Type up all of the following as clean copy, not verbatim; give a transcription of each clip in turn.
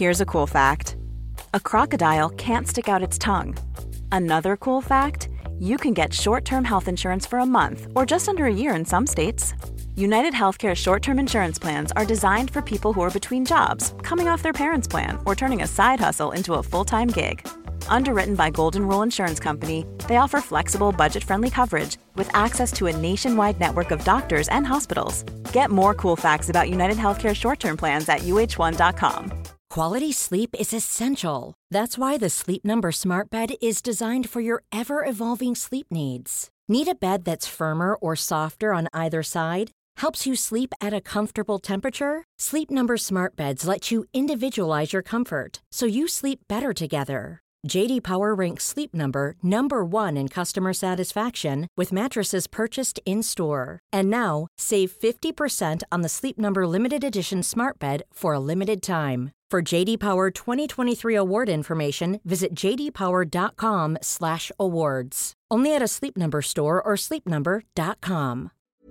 Here's a cool fact. A crocodile can't stick out its tongue. Another cool fact, you can get short-term health insurance for a month or just under a year in some states. United Healthcare short-term insurance plans are designed for people who are between jobs, coming off their parents' plan, or turning a side hustle into a full-time gig. Underwritten by Golden Rule Insurance Company, they offer flexible, budget-friendly coverage with access to a nationwide network of doctors and hospitals. Get more cool facts about United Healthcare short-term plans at uh1.com. Quality sleep is essential. That's why the Sleep Number Smart Bed is designed for your ever-evolving sleep needs. Need a bed that's firmer or softer on either side? Helps you sleep at a comfortable temperature? Sleep Number Smart Beds let you individualize your comfort, so you sleep better together. J.D. Power ranks Sleep Number #1 in customer satisfaction with mattresses purchased in-store. And now, save 50% on the Sleep Number Limited Edition Smart Bed for a limited time. For J.D. Power 2023 award information, visit jdpower.com/awards. Only at a Sleep Number store or sleepnumber.com.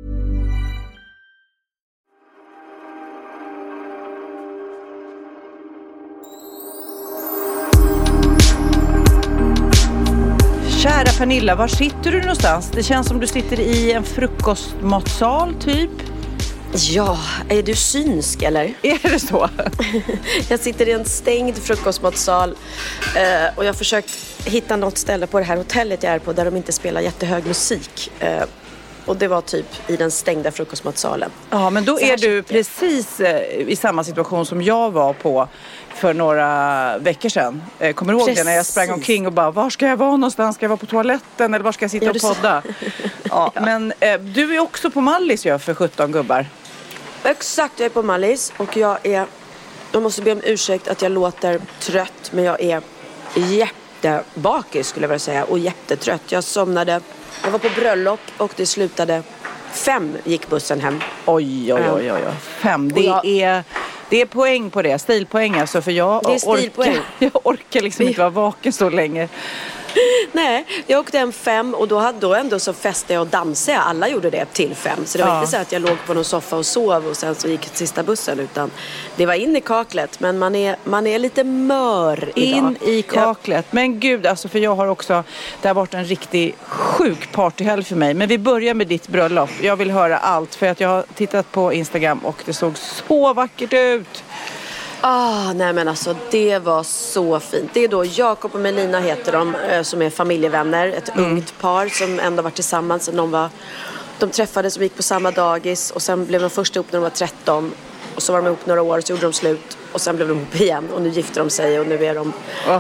Kära Pernilla, var sitter du någonstans? Det känns som du sitter i en frukostmatsal typ. Ja, är du synsk eller? Är det så? Jag sitter i en stängd frukostmatsal och jag har försökt hitta något ställe på det här hotellet jag är på där de inte spelar jättehög musik. Och det var typ i den stängda frukostmatsalen. Ja, men då är du precis i samma situation som jag var på för några veckor sedan. Kommer du ihåg det när jag sprang omkring och bara, var ska jag vara någonstans? Ska jag vara på toaletten eller var ska jag sitta och podda? Ja, men du är också på Mallis för 17 gubbar. Exakt, jag är på Mallis och jag måste be om ursäkt att jag låter trött, men jag är jättebakis skulle jag vilja säga och jättetrött. Jag var på bröllop och det slutade 5 gick bussen hem. Oj. 5, det är poäng på det, stilpoäng alltså, för jag orkar liksom inte vara vaken så länge. Nej, jag åkte hem 5 och då ändå så festade jag och dansade. Alla gjorde det till 5. Så det var inte så att jag låg på någon soffa och sov och sen så gick sista bussen, utan det var in i kaklet. Men man är lite mör idag. In i kaklet. Men gud, alltså, för jag har också, det har varit en riktig sjuk partyhelg för mig. Men vi börjar med ditt bröllop. Jag vill höra allt för att jag har tittat på Instagram och det såg så vackert ut. Nej men alltså det var så fint. Det är då Jakob och Melina heter de, som är familjevänner. Ett ungt par som ändå varit tillsammans. De träffades och gick på samma dagis. Och sen blev de först ihop när de var 13. Och så var de ihop några år, så gjorde de slut. Och sen blev de ihop igen. Och nu gifter de sig och nu är de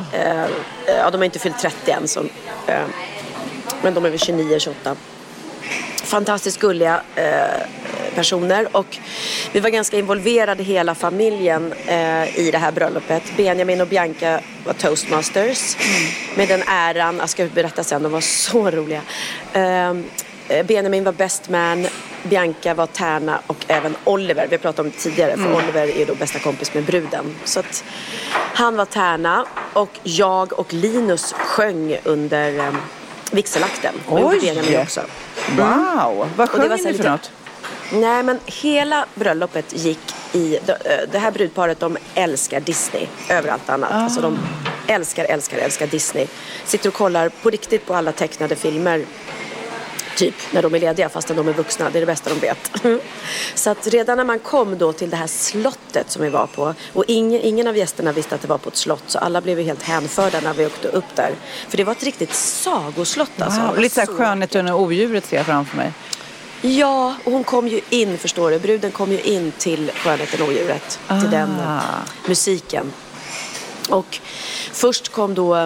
de har inte fyllt 30 än så, men de är väl 29-28. Fantastiskt gulliga personer, och vi var ganska involverade hela familjen i det här bröllopet. Benjamin och Bianca var toastmasters med den äran. Jag ska berätta sen, de var så roliga. Benjamin var best man, Bianca var tärna och även Oliver, vi har pratat om det tidigare, för Oliver är då bästa kompis med bruden. Så att han var tärna och jag och Linus sjöng under vigselakten. Och Benjamin också. Wow, vad sjöng ni för något? Nej, men hela bröllopet gick i det här brudparet, de älskar Disney över allt annat. Alltså de älskar Disney. Sitter och kollar på riktigt på alla tecknade filmer typ när de är lediga, fast de är vuxna. Det är det bästa de vet. Så att redan när man kom då till det här slottet som vi var på, och ingen av gästerna visste att det var på ett slott, så alla blev ju helt hänförda när vi åkte upp där. För det var ett riktigt sagoslott alltså. Wow, lite så här Skönheten och odjuret ser jag framför mig. Ja, och hon kom ju in, förstår du. Bruden kom ju in till Skönheten och odjuret, till den musiken. Och först kom då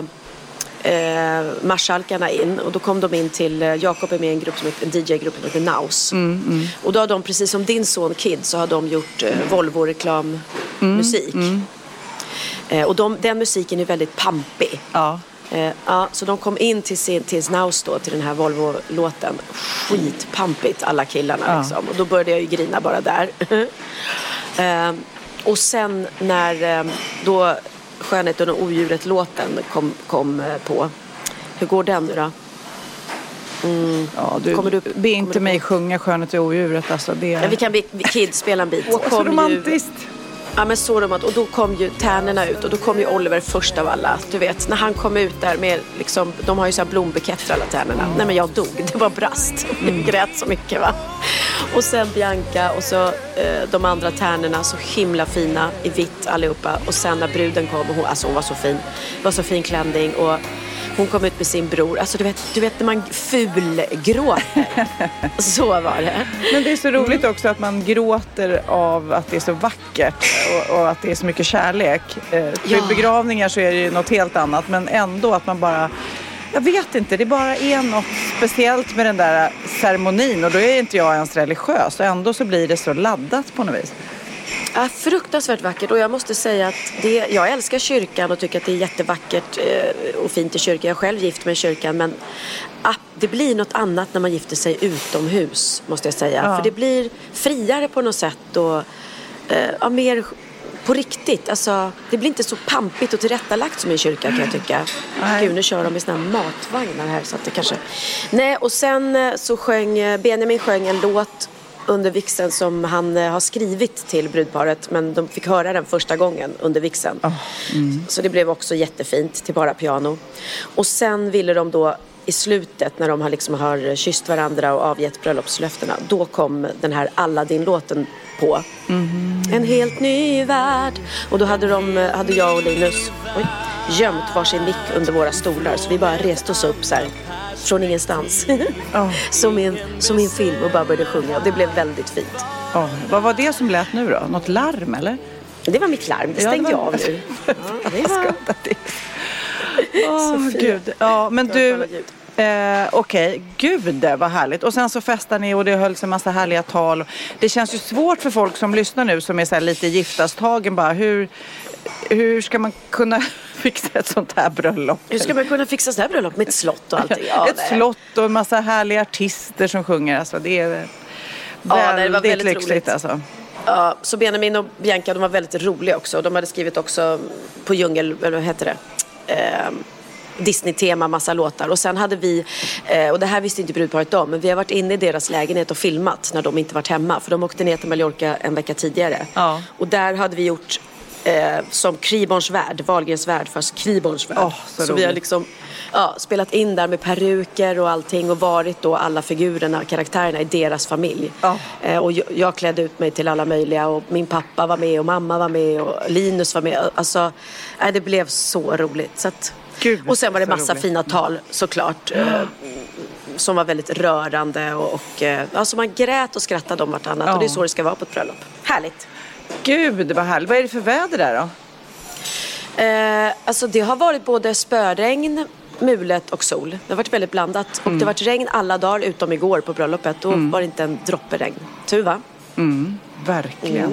marskalkarna in, och då kom de in till Jakob är med i en grupp en DJ-grupp som heter Naus. Och då har de, precis som din son Kid, så har de gjort Volvo-reklammusik. Och den musiken är väldigt pampig. Så de kom in till Naus då, till den här Volvo-låten. Skitpampigt alla killarna liksom. Och då började jag ju grina bara där. Och sen när då Skönheten och odjuret-låten kom på. Hur går den nu då? Be inte mig sjunga Skönheten och odjuret. Alltså, det... vi kan Kid spela en bit. Så romantiskt. Ja, men så romantiskt. Och då kom ju tärnorna ut och då kom ju Oliver först av alla. Du vet, när han kom ut där med liksom, de har ju så här blombuketter alla tärnorna. Nej, men jag dog. Det var brast. Jag grät så mycket, va? Och sen Bianca och så de andra tärnorna, så himla fina i vitt allihopa. Och sen när bruden kom, hon var så fin. Det var så fin klänning och hon kom ut med sin bror. Alltså du vet när man fulgråter. Så var det. Men det är så roligt också att man gråter av att det är så vackert och att det är så mycket kärlek. För begravningar så är det ju något helt annat, men ändå att man bara... Jag vet inte, det bara är något speciellt med den där ceremonin och då är inte jag ens religiös och ändå så blir det så laddat på något vis. Ja, fruktansvärt vackert och jag måste säga att jag älskar kyrkan och tycker att det är jättevackert och fint i kyrkan. Jag själv gift mig i kyrkan, men det blir något annat när man gifter sig utomhus, måste jag säga. Ja. För det blir friare på något sätt och mer på riktigt. Alltså, det blir inte så pampigt och tillrättalagt som i kyrkan, kan jag tycka. Gud, nu kör de i såna här matvagnar här så att det kanske... Nej, och sen så Benjamin sjöng en låt under vigseln som han har skrivit till brudparet, men de fick höra den första gången under vigseln. Så det blev också jättefint till bara piano. Och sen ville de då i slutet, när de har kysst varandra och avgett bröllopslöftena, då kom den här Aladdin-låten på. En helt ny värld. Och då hade jag och Linus gömt varsin mick under våra stolar, så vi bara reste oss upp så här från ingenstans. Som i en film och bara började sjunga. Det blev väldigt fint. Vad var det som lät nu då? Något larm eller? Det var mitt larm, det stängde jag av nu. Gud. Ja, men du... Okej, gud vad härligt. Och sen så festar ni och det hölls en massa härliga tal. Det känns ju svårt för folk som lyssnar nu som är så här lite giftastagen bara. Hur ska man kunna fixa ett sånt här bröllop? Hur ska man kunna fixa ett sånt här bröllop med ett slott och allting? Slott och en massa härliga artister som sjunger. Alltså det är väldigt lyxigt roligt. Alltså. Ja, så Benjamin och Bianca, de var väldigt roliga också. De hade skrivit också på Djungel, eller vad heter det? Disney-tema, massa låtar. Och sen hade vi, och det här visste inte brudparet om, men vi har varit inne i deras lägenhet och filmat när de inte varit hemma. För de åkte ner till Mallorca en vecka tidigare. Ja. Och där hade vi gjort som Kriborns värld, Wahlgrens värld, fast Kriborns värld. Så vi har liksom spelat in där med peruker och allting och varit då alla karaktärerna i deras familj. Och jag klädde ut mig till alla möjliga och min pappa var med och mamma var med och Linus var med. Alltså, det blev så roligt. Så att, och sen var det massa fina tal såklart som var väldigt rörande och alltså man grät och skrattade om vartannat och det är så det ska vara på ett bröllop. Härligt. Gud, vad härligt. Vad är det för väder där då? Alltså det har varit både spöregn, mulet och sol. Det har varit väldigt blandat. Och det har varit regn alla dagar utom igår på bröllopet. Då var det inte en droppe regn. Tur va? Verkligen.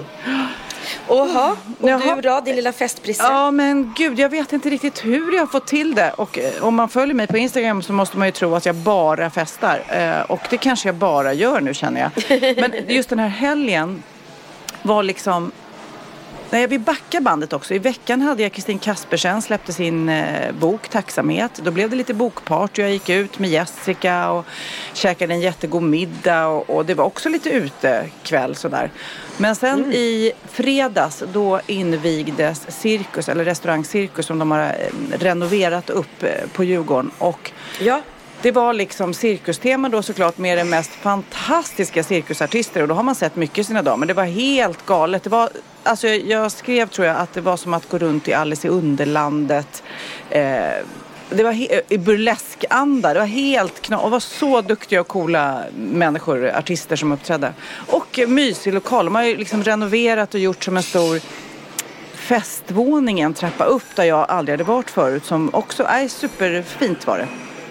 Och du då, din lilla festprisse? Ja, men gud, jag vet inte riktigt hur jag har fått till det. Och om man följer mig på Instagram så måste man ju tro att jag bara festar. Och det kanske jag bara gör nu, känner jag. Men just den här helgen var liksom... Nej, jag vill backa bandet också. I veckan hade jag Kristin Kaspersen släppte sin bok Tacksamhet. Då blev det lite bokparty. Jag gick ut med Jessica och käkade en jättegod middag. Och det var också lite utekväll sådär. Men sen i fredags då invigdes Cirkus, eller restaurang Cirkus, som de har renoverat upp på Djurgården. Och det var liksom cirkustema då såklart med de mest fantastiska cirkusartister. Och då har man sett mycket sina dagar. Men det var helt galet. Det var, alltså jag skrev, tror jag, att det var som att gå runt i Alice i Underlandet. Det var i burleskanda. Det var helt och var så duktiga och coola människor, artister som uppträdde. Och mysig lokal. De har ju liksom renoverat och gjort som en stor festvåning, en trappa upp där jag aldrig hade varit förut. Som också är superfint var det.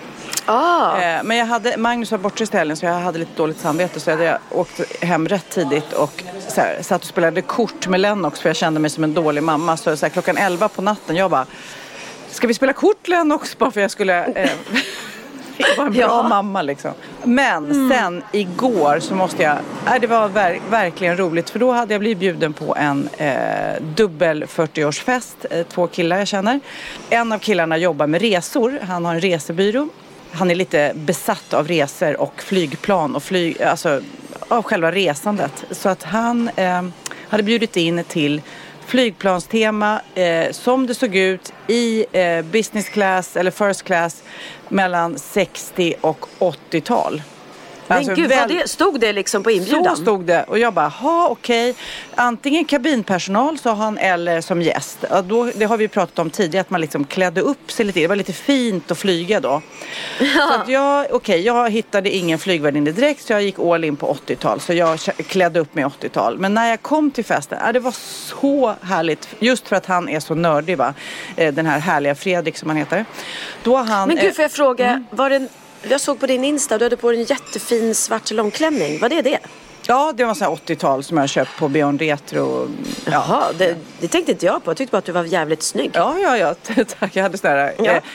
Men Magnus var borta i helgen så jag hade lite dåligt samvete, så jag åkte hem rätt tidigt och så här, satt och spelade kort med Lennox för jag kände mig som en dålig mamma. Så här, klockan 11 på natten jag bara, ska vi spela kort Lennox? Bara för jag skulle vara en bra mamma liksom. Men sen igår så måste jag, det var verkligen roligt, för då hade jag blivit bjuden på en dubbel 40-årsfest. 2 killar jag känner. En av killarna jobbar med resor, han har en resebyrå. Han är lite besatt av resor och flygplan och alltså av själva resandet. Så att han hade bjudit in till flygplanstema som det såg ut i business class eller first class mellan 60 och 80-tal. Men alltså, gud, stod det liksom på inbjudan? Så stod det. Och jag bara, okej. Antingen kabinpersonal, sa han, eller som gäst. Det har vi pratat om tidigare, att man liksom klädde upp sig lite. Det var lite fint att flyga då. Ja. Så att jag hittade ingen flygvärdinne direkt, så jag gick all in på 80-tal. Så jag klädde upp mig 80-tal. Men när jag kom till festen, det var så härligt. Just för att han är så nördig, va? Den här härliga Fredrik som han heter. Då han, men gud, får jag fråga, var det jag såg på din Insta, du hade på en jättefin svart långklänning. Vad är det? Ja, det var så här 80-tal som jag köpt på Beyond Retro. Jaha, det tänkte inte jag på. Jag tyckte bara att du var jävligt snygg. Ja, tack. Jag hade sådär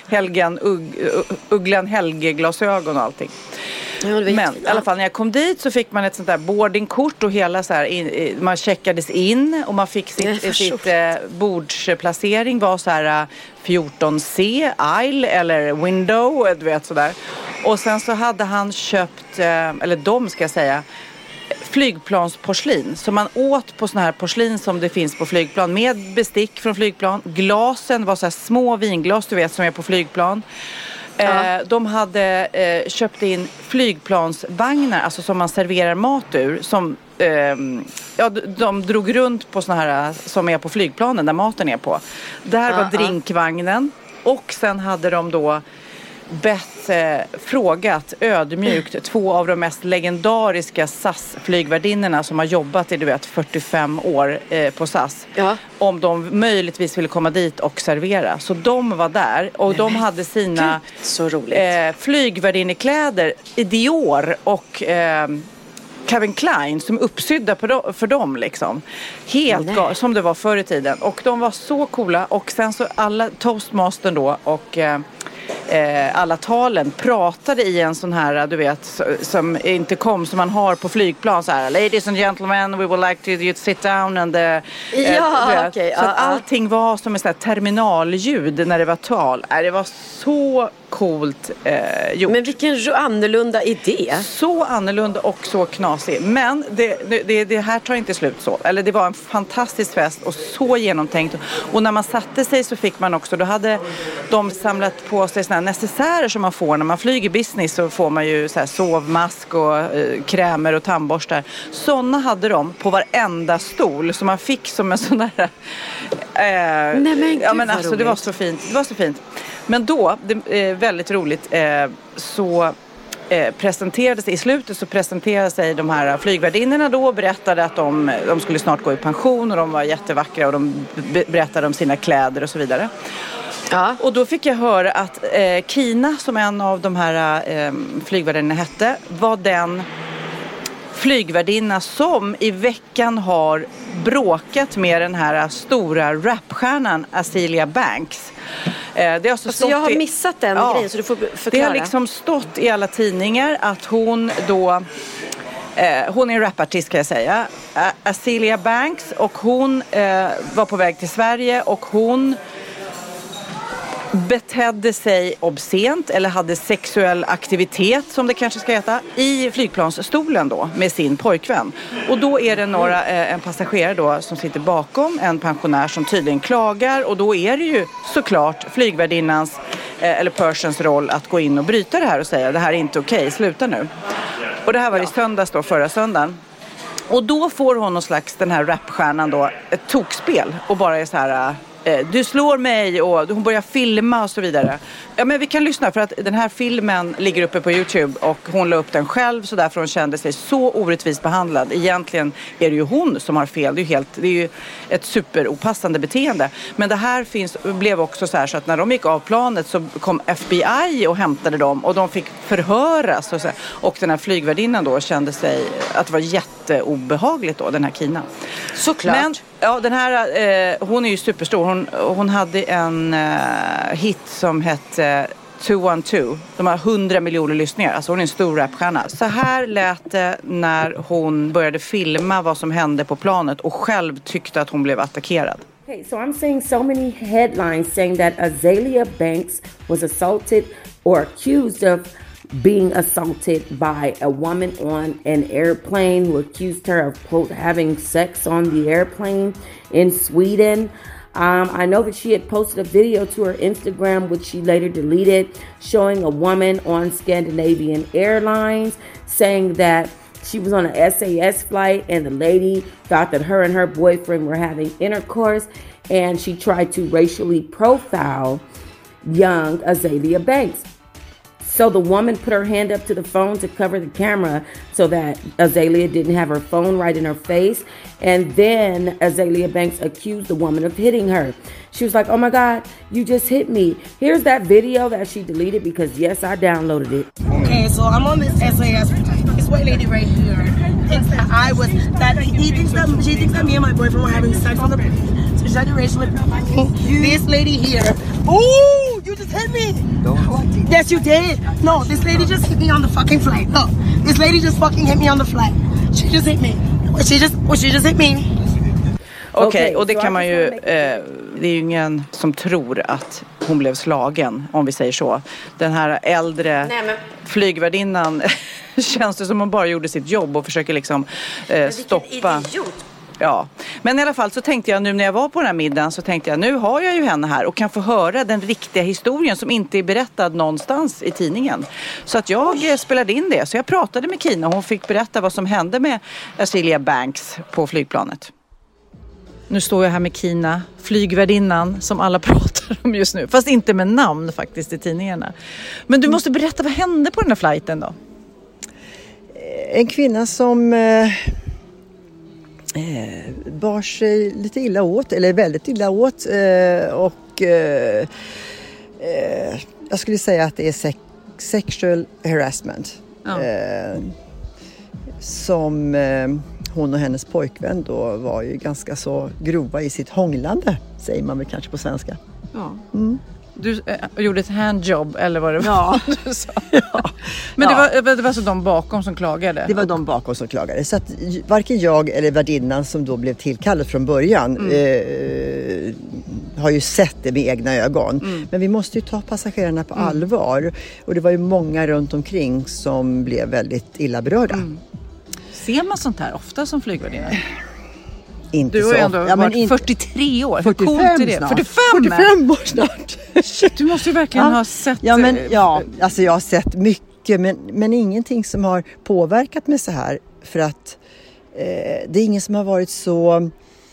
Ugglan Helge-glasögon och allting. Ja, men i alla fall när jag kom dit så fick man ett sånt där boardingkort och hela så här, man checkades in och man fick sitt bordsplacering var så här 14C, aisle eller window, du vet sådär. Och sen så hade han köpt, eller de ska jag säga, flygplansporslin. Så man åt på såna här porslin som det finns på flygplan med bestick från flygplan. Glasen var så här små vinglas, du vet, som är på flygplan. De hade köpt in flygplansvagnar, alltså som man serverar mat ur, som de drog runt på såna här som är på flygplanen där maten är på. Där var drinkvagnen, och sen hade de då frågat ödmjukt 2 av de mest legendariska SAS-flygvärdinnorna som har jobbat i 45 år på SAS. Ja. Om de möjligtvis ville komma dit och servera. Så de var där och de hade sina flygvärdinnekläder i Dior och Calvin Klein som uppsydda för dem liksom. Helt som det var förr i tiden. Och de var så coola. Och sen så alla toastmastern då och alla talen pratade i en sån här, du vet, som inte kom, som man har på flygplan så här: ladies and gentlemen, we would like to sit down and så att allting var som ett sånt här terminalljud när det var tal. Det var så coolt gjort. Men vilken annorlunda idé. Så annorlunda och så knasig. Men det här tar inte slut så. Eller det var en fantastisk fest och så genomtänkt. Och när man satte sig så fick man också, då hade de samlat på sig såna här necessärer som man får när man flyger business, så får man ju så här sovmask och krämer och tandborstar. Såna hade de på varenda stol, så man fick som en sån där men alltså det var så fint. Det var så fint. Men då, väldigt roligt, så presenterades i slutet, så presenterade sig de här flygvärdinnorna då och berättade att de skulle snart gå i pension och de var jättevackra och de berättade om sina kläder och så vidare. Ja. Och då fick jag höra att Kina, som en av de här flygvärdinnorna hette, var den flygvärdinna som i veckan har bråkat med den här stora rapstjärnan Azealia Banks. Det har så jag har missat den grejen, så du får förklara. Det har liksom stått i alla tidningar att hon då hon är en rapartist, kan jag säga, Azealia Banks, och hon var på väg till Sverige och hon betedde sig obscent eller hade sexuell aktivitet, som det kanske ska heta, i flygplansstolen då med sin pojkvän. Och då är det en passagerare då som sitter bakom, en pensionär som tydligen klagar, och då är det ju såklart flygvärdinnans eller Persians roll att gå in och bryta det här och säga: det här är inte okej, sluta nu. Och det här var i söndags då, förra söndagen. Och då får hon någon slags, den här rapstjärnan då, ett tokspel och bara är så här: du slår mig, och hon börjar filma och så vidare. Ja, men vi kan lyssna, för att den här filmen ligger uppe på YouTube och hon la upp den själv, så därför hon kände sig så orättvist behandlad. Egentligen är det ju hon som har fel. Det är ju ett superopassande beteende. Men det här blev också så här, så att när de gick av planet så kom FBI och hämtade dem och de fick förhöras och så. Och den här flygvärdinnan då kände sig att det var jätteobehagligt då, den här Kina. Såklart. Men ja, den här, hon är ju superstor. Hon hade en hit som hette 212. De har 100 miljoner lyssningar. Alltså hon är en stor rapstjärna. Så här lät det när hon började filma vad som hände på planet och själv tyckte att hon blev attackerad. Okay, so I'm seeing so many headlines saying that Azealia Banks was assaulted or accused of being assaulted by a woman on an airplane who accused her of, quote, having sex on the airplane in Sweden. I know that she had posted a video to her Instagram, which she later deleted, showing a woman on Scandinavian Airlines saying that she was on an SAS flight and the lady thought that her and her boyfriend were having intercourse, and she tried to racially profile young Azealia Banks. So the woman put her hand up to the phone to cover the camera so that Azealia didn't have her phone right in her face. And then Azealia Banks accused the woman of hitting her. She was like, oh my God, you just hit me. Here's that video that she deleted because, yes, I downloaded it. Okay, so I'm on this SAS. This white lady right here thinks that she thinks that me and my boyfriend were having sex on the plane. So she's like racially profiling this lady here. Ooh, you just hit me. Yes, you did. No, this lady just hit me on the fucking flight. Look, this lady just fucking hit me on the flight. She just hit me. She just hit me. Okej, och det kan man ju, det är ju ingen som tror att hon blev slagen, om vi säger så. Den här äldre flygvärdinnan känns det som hon bara gjorde sitt jobb och försöker liksom stoppa. Ja, men i alla fall så tänkte jag nu när jag var på den här middagen så tänkte jag nu har jag ju henne här och kan få höra den riktiga historien som inte är berättad någonstans i tidningen. Så att jag spelade in det. Så jag pratade med Kina och hon fick berätta vad som hände med Azealia Banks på flygplanet. Nu står jag här med Kina, flygvärdinnan som alla pratar om just nu. Fast inte med namn faktiskt i tidningarna. Men du måste berätta, vad hände på den här flighten då? En kvinna som bar sig lite illa åt, eller väldigt illa åt. Och jag skulle säga att det är sexual harassment. Ja. Som hon och hennes pojkvän då var ju ganska så grova i sitt hånglande, säger man väl kanske på svenska. Ja. Mm. Du gjorde ett handjob eller vad det var? Ja. Du sa. Ja. Men det var så de bakom som klagade? Det var de bakom som klagade. Så att varken jag eller värdinnan som då blev tillkallad från början har ju sett det med egna ögon. Mm. Men vi måste ju ta passagerarna på allvar. Och det var ju många runt omkring som blev väldigt illa berörda. Mm. Ser man sånt här ofta som flygvärdinna? Inte du har så. ändå varit 43 år. 45 snart. 45 år snart. Du måste ju verkligen ha sett... Alltså jag har sett mycket. Men ingenting som har påverkat mig så här. För att det är ingen som har varit så...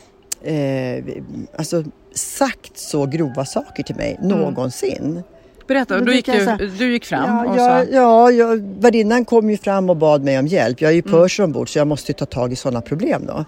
sagt så grova saker till mig någonsin. Berätta, du gick fram och sa... Värdinnan kom ju fram och bad mig om hjälp. Jag är ju purser ombord så jag måste ju ta tag i sådana problem då.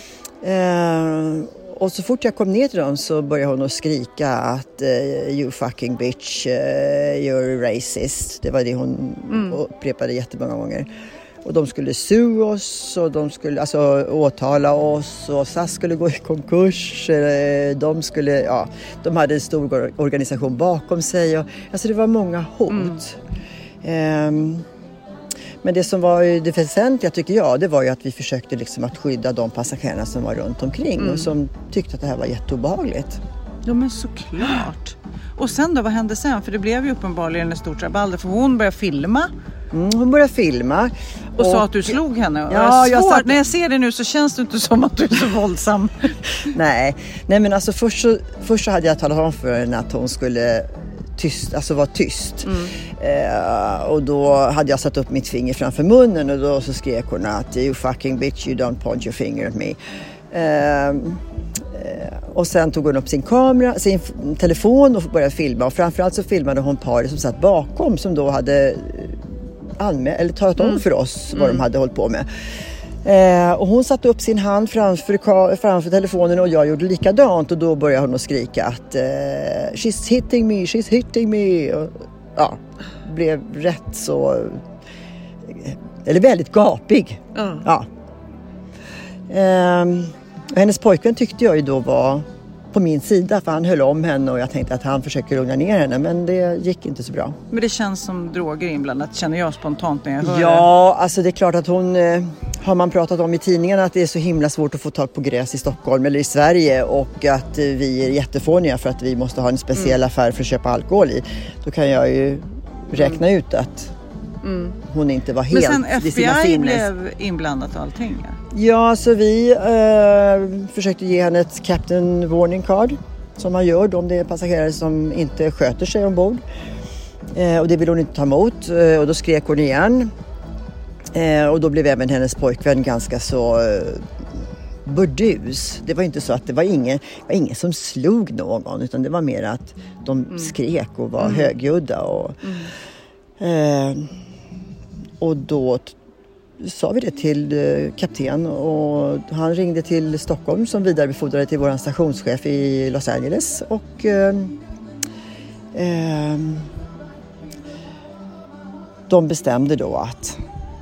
Och så fort jag kom ner till dem så började hon att skrika att you fucking bitch, you're racist. Det var det hon upprepade jättemånga gånger. Och de skulle sue oss och de skulle åtala oss och SAS skulle gå i konkurs. De hade en stor organisation bakom sig. Och, det var många hot. Men det som var det väsentliga tycker jag, det var ju att vi försökte liksom att skydda de passagerarna som var runt omkring och som tyckte att det här var jätteobehagligt. Ja men såklart. Och sen då, vad hände sen? För det blev ju uppenbarligen en stort rabalder för hon började filma. Hon började filma. Och sa att du slog henne. Ja, när jag ser det nu så känns det inte som att du är så våldsam. Nej men alltså först så hade jag talat om för henne att hon skulle vara tyst. Och då hade jag satt upp mitt finger framför munnen och då så skrek hon att you fucking bitch, you don't point your finger at me. Och sen tog hon upp sin telefon och började filma. Och framförallt så filmade hon paret som satt bakom som då hade talat om för oss vad de hade hållit på med. Och hon satte upp sin hand framför telefonen och jag gjorde likadant. Och då började hon att skrika att she's hitting me. Och, blev rätt så... Eller väldigt gapig. Ja. Hennes pojkvän tyckte jag ju då var på min sida för han höll om henne och jag tänkte att han försöker lugna ner henne men det gick inte så bra. Men det känns som droger inblandat, känner jag spontant när jag hör det. Ja, alltså det är klart att hon har man pratat om i tidningarna att det är så himla svårt att få tag på gräs i Stockholm eller i Sverige och att vi är jättefåniga för att vi måste ha en speciell affär för att köpa alkohol i. Då kan jag ju räkna ut att hon inte var helt i sina FBI sinnes. blev inblandat och allting. Ja, så vi försökte ge henne ett Captain Warning Card som man gör om det är passagerare som inte sköter sig ombord. Och det ville hon inte ta emot och då skrek hon igen. Och då blev även hennes pojkvän ganska så burdus. Det var inte så att det var ingen som slog någon, utan det var mer att de skrek och var högljudda. Och då sa vi det till kapten och han ringde till Stockholm som vidarebefordrade till vår stationschef i Los Angeles och de bestämde då att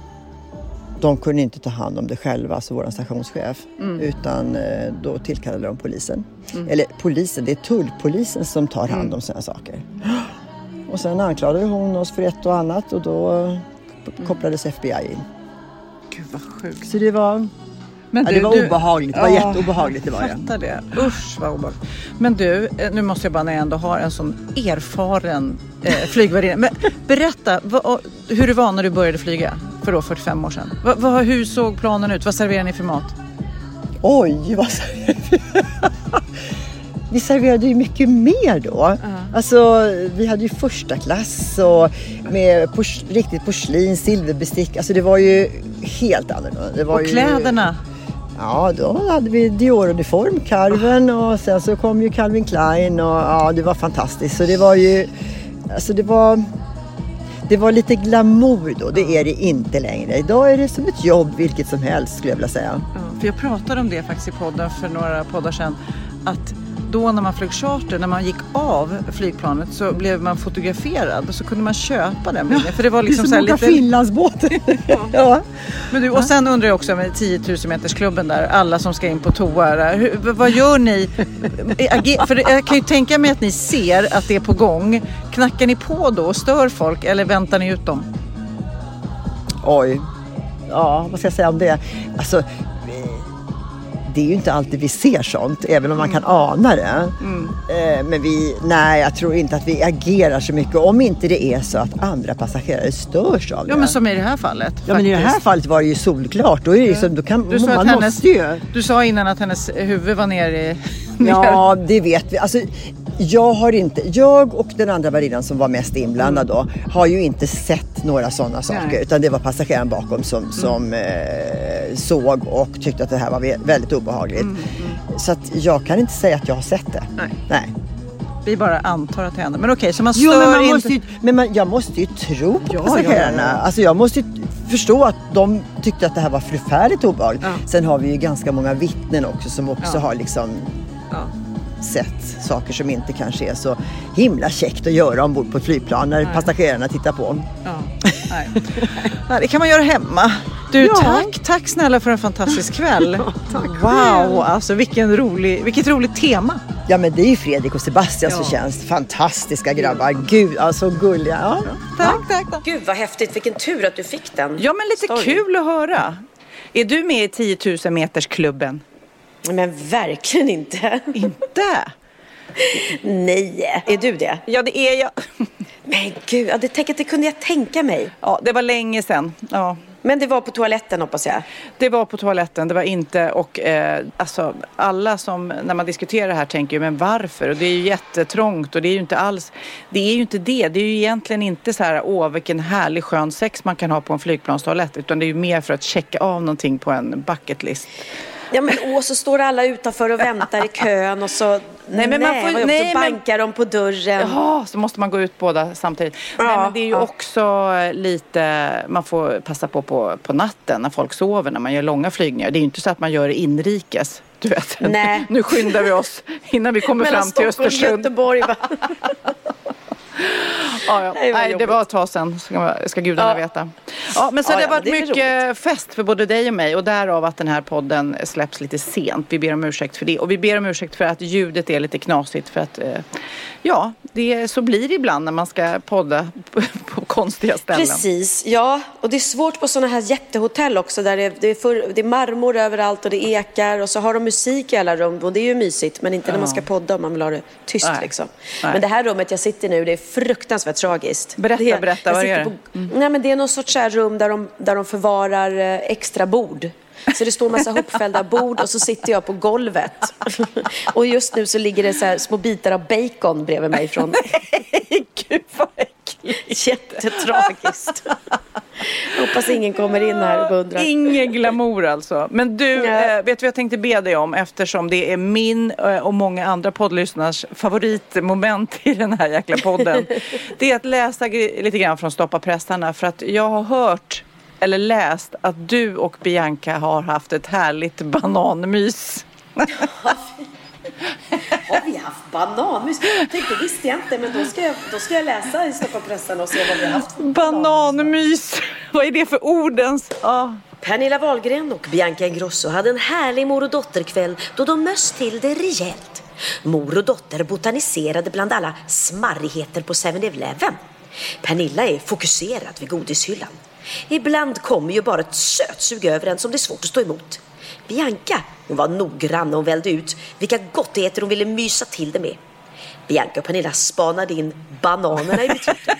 de kunde inte ta hand om det själva, alltså vår stationschef, utan då tillkallade de polisen. Eller polisen, det är tullpolisen som tar hand om sådana saker. Och sen anklagade hon oss för ett och annat och då kopplades FBI in. Gud vad sjukt. Så det var... Men det var obehagligt, det var jätteobehagligt. Det var fattar det. Usch vad obehagligt. Men du, nu måste jag bara när jag ändå har en sån erfaren flygvärdinna. Men berätta, hur det var när du började flyga för då 45 år sedan. Hur såg planen ut? Vad serverade ni för mat? Oj, vad serverade vi? Vi serverade ju mycket mer då. Alltså, vi hade ju första klass och med riktigt porslin, silverbestick. Alltså det var ju helt annorlunda. Det var och kläderna? Ja, då hade vi Dior-uniform, Carven och sen så kom ju Calvin Klein och ja, det var fantastiskt. Så det var ju, alltså det var lite glamour då, det är det inte längre. Idag är det som ett jobb vilket som helst skulle jag vilja säga. Ja, för jag pratade om det faktiskt i podden för några poddar sedan, att då när man flög charter, när man gick av flygplanet så blev man fotograferad och så kunde man köpa den bilden. För det var liksom så här lite Finlandsbåt. Ja. Men du, och sen undrar jag också med 10 000 meters klubben där, alla som ska in på toa där, vad gör ni? För jag kan ju tänka mig att ni ser att det är på gång. Knackar ni på då och stör folk eller väntar ni ut dem? Oj. Ja, vad ska jag säga om det? Alltså, det är ju inte alltid vi ser sånt, även om man kan ana det. Men jag tror inte att vi agerar så mycket om inte det är så att andra passagerare störs av det. Ja, men som i det här fallet. Ja, men i det här fallet var det ju solklart. Då är det liksom, då kan, du sa man måste ju. Du sa innan att hennes huvud var nere. Ja, det vet vi. Alltså, jag och den andra värdinnan som var mest inblandad då har ju inte sett några sådana saker, utan det var passageraren bakom som såg och tyckte att det här var väldigt obehagligt. Så att jag kan inte säga att jag har sett det. Nej. Vi bara antar att det händer. Men okej, så man stör jag måste ju tro på passagerarna. Ja. Alltså jag måste ju förstå att de tyckte att det här var förfärligt obehagligt. Sen har vi ju ganska många vittnen också som också har liksom sett saker som inte kanske är så himla käckt att göra ombord på ett flygplan när passagerarna tittar på. Nej, det kan man göra hemma. Du, tack snälla för en fantastisk kväll. Wow, alltså vilket roligt tema. Ja, men det är ju Fredrik och Sebastians förtjänst. Fantastiska grabbar. Gud, alltså gulliga. Tack. Gud vad häftigt, vilken tur att du fick den. Ja, men lite kul att höra. Är du med i 10 000 meters klubben? Men verkligen inte. Inte? Nej, är du det? Ja, det är jag. Men gud, det kunde jag tänka mig. Ja, det var länge sedan. Ja. Men det var på toaletten, hoppas jag. Det var på toaletten, det var inte. Och alltså, alla som när man diskuterar det här tänker ju, men varför? Och det är ju jättetrångt och det är ju inte alls, det är ju inte det. Det är ju egentligen inte så här, vilken härlig skön sex man kan ha på en flygplanstoalett, utan det är ju mer för att checka av någonting på en bucket list. Ja, men så står alla utanför och väntar i kön och så bankar de på dörren. Ja, så måste man gå ut båda samtidigt. Men det är ju också lite, man får passa på natten när folk sover, när man gör långa flygningar. Det är ju inte så att man gör det inrikes. Du vet, nu skyndar vi oss innan vi kommer fram till Östersund. Göteborg, va? Nej, det var ett tag sedan, ska gudarna veta. Ja, men så det har varit mycket fest för både dig och mig, och därav att den här podden släpps lite sent. Vi ber om ursäkt för det, och vi ber om ursäkt för att ljudet är lite knasigt, för att så blir det ibland när man ska podda på konstiga ställen. Precis, ja. Och det är svårt på sådana här jättehotell också där det är marmor överallt och det ekar och så har de musik i alla rum och det är ju mysigt, men inte när man ska podda om man vill ha det tyst liksom. Men det här rummet jag sitter i nu, det är fruktansvärt tragiskt. Berätta, vad är det? Nej, men det är någon sorts här rum där de förvarar extra bord. Så det står en massa hopfällda bord och så sitter jag på golvet. Och just nu så ligger det så här små bitar av bacon bredvid mig från... Nej, gud vad äckligt. Jättetragiskt. Hoppas ingen kommer in här och undrar. Ingen glamour alltså. Men du, vet du vad jag tänkte be dig om? Eftersom det är min och många andra poddlyssnars favoritmoment i den här jäkla podden. Det är att läsa lite grann från Stoppa pressarna. För att jag har hört eller läst att du och Bianca har haft ett härligt bananmys. Har vi haft bananmys? Det visste jag inte, men då ska jag läsa i Stoppa pressarna och se vad vi har haft. Bananmys. Vad är det för ordens? Pernilla Wahlgren och Bianca Ingrosso hade en härlig mor- och dotterkväll då de möss till det rejält. Mor och dotter botaniserade bland alla smarrigheter på 7-Eleven. Pernilla är fokuserad vid godishyllan. Ibland kommer ju bara ett sötsug över en som det är svårt att stå emot. Bianca, hon var noggrann och välde ut vilka gottigheter hon ville mysa till det med. Bianca och Pernilla spanade in bananerna i butiken.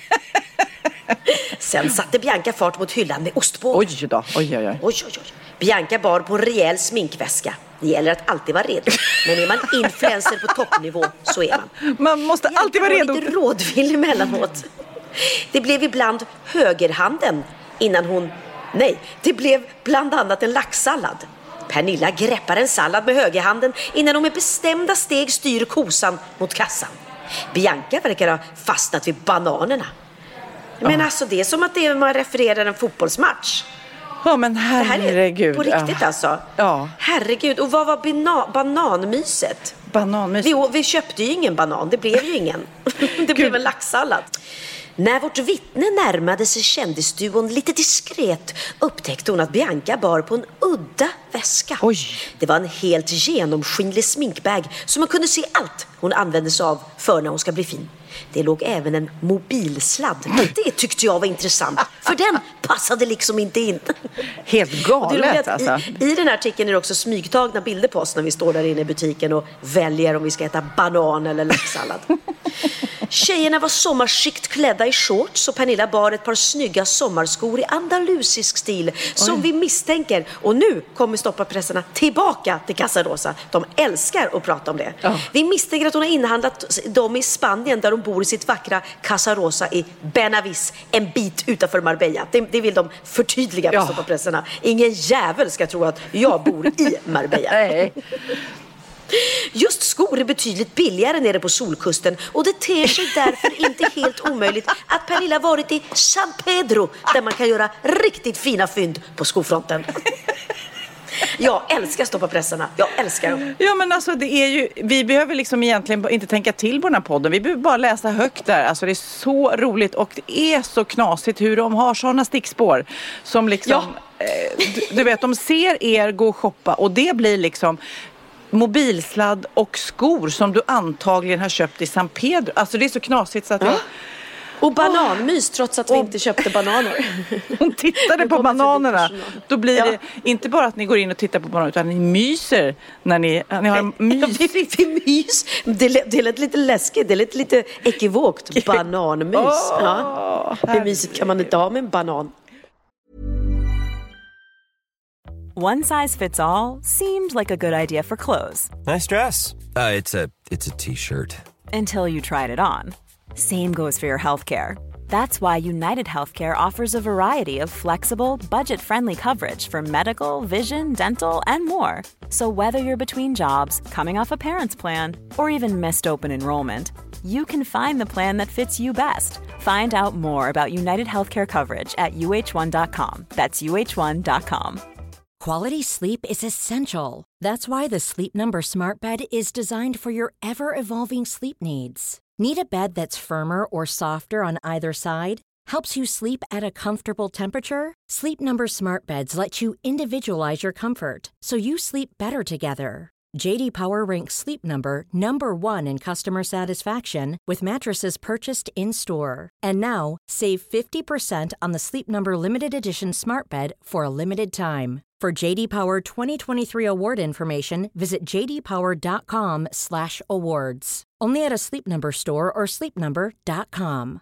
Sen satte Bianca fart mot hyllan med ostbågar. Oj då, oj. Bianca bar på en rejäl sminkväska. Det gäller att alltid vara redo. Men är man influencer på toppnivå så är man. Man måste Bianca alltid vara redo. Lite rådvill emellanåt. Det blev ibland högerhanden innan hon... Nej, det blev bland annat en laxsallad. Pernilla greppar en sallad med högerhanden innan hon med bestämda steg styr kosan mot kassan. Bianca verkar ha fastnat vid bananerna. Men alltså det är som att man refererar en fotbollsmatch. Ja, men herregud. Det här är på riktigt alltså. Ja. Herregud, och vad var bananmyset? Bananmys. Vi köpte ju ingen banan, det blev ju ingen. Det blev en laxsallad. När vårt vittne närmade sig kändisduon lite diskret upptäckte hon att Bianca bar på en udda väska. Oj. Det var en helt genomskinlig sminkbag som man kunde se allt hon använde sig av för när hon ska bli fin. Det låg även en mobilsladd. Det tyckte jag var intressant, för den passade liksom inte in. Helt galet alltså. I den här artikeln är det också smygtagna bilder på oss när vi står där inne i butiken och väljer om vi ska äta banan eller laxsallad. Tjejerna var sommarskikt klädda i shorts och Pernilla bar ett par snygga sommarskor i andalusisk stil som vi misstänker. Och nu kommer Stoppa pressarna tillbaka till Casa Rosa. De älskar att prata om det. Vi misstänker att hon har inhandlat dem i Spanien där de bor i sitt vackra Casa Rosa i Benavis, en bit utanför Marbella. Det vill de förtydliga på Stoppa pressarna. Ingen jävel ska tro att jag bor i Marbella. Nej. Just skor är betydligt billigare nere på solkusten och det ter sig därför inte helt omöjligt att Pernilla varit i San Pedro där man kan göra riktigt fina fynd på skofronten. Jag älskar Stoppa pressarna. Jag älskar dem. Ja, men alltså det är ju, vi behöver liksom egentligen inte tänka till på den här podden. Vi behöver bara läsa högt där. Alltså det är så roligt och det är så knasigt hur de har sådana stickspår som liksom, du vet, de ser er gå och shoppa och det blir liksom mobilsladd och skor som du antagligen har köpt i San Pedro. Alltså det är så knasigt så att jag... Och bananmys trots att vi inte köpte bananer. Hon tittade på bananerna. Då blir det inte bara att ni går in och tittar på bananer utan ni myser när ni har mysigt. Vi mys. Det lät lite läskigt. Det lät lite ekivokt. Bananmys. Hur mysigt kan man inte ha med en banan? One size fits all seemed like a good idea for clothes. Nice dress. It's a t-shirt. Until you tried it on. Same goes for your healthcare. That's why United Healthcare offers a variety of flexible, budget-friendly coverage for medical, vision, dental, and more. So whether you're between jobs, coming off a parent's plan, or even missed open enrollment, you can find the plan that fits you best. Find out more about United Healthcare coverage at uh1.com. That's uh1.com. Quality sleep is essential. That's why the Sleep Number Smart Bed is designed for your ever-evolving sleep needs. Need a bed that's firmer or softer on either side? Helps you sleep at a comfortable temperature? Sleep Number Smart Beds let you individualize your comfort so you sleep better together. JD Power ranks Sleep Number number 1 in customer satisfaction with mattresses purchased in-store. And now, save 50% on the Sleep Number Limited Edition Smart Bed for a limited time. For JD Power 2023 award information, visit jdpower.com/awards. Only at a Sleep Number store or sleepnumber.com.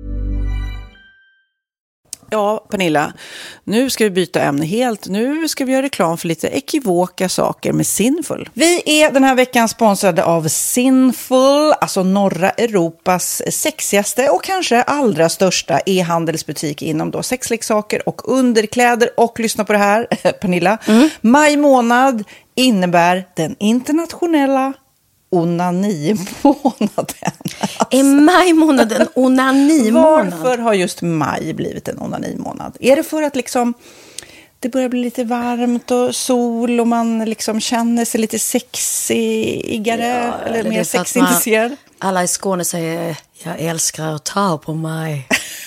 Ja, Pernilla, nu ska vi byta ämne helt. Nu ska vi göra reklam för lite ekivoka saker med Sinful. Vi är den här veckan sponsrade av Sinful, alltså norra Europas sexigaste och kanske allra största e-handelsbutik inom då sexleksaker och underkläder. Och lyssna på det här, Pernilla. Maj månad innebär den internationella onanimånaden. Är maj månad en onanimånad? Varför har just maj blivit en onanimånad? Är det för att liksom det börjar bli lite varmt och sol och man liksom känner sig lite sexigare eller mer sexintresserad? Alla i Skåne säger jag älskar att ta på mig.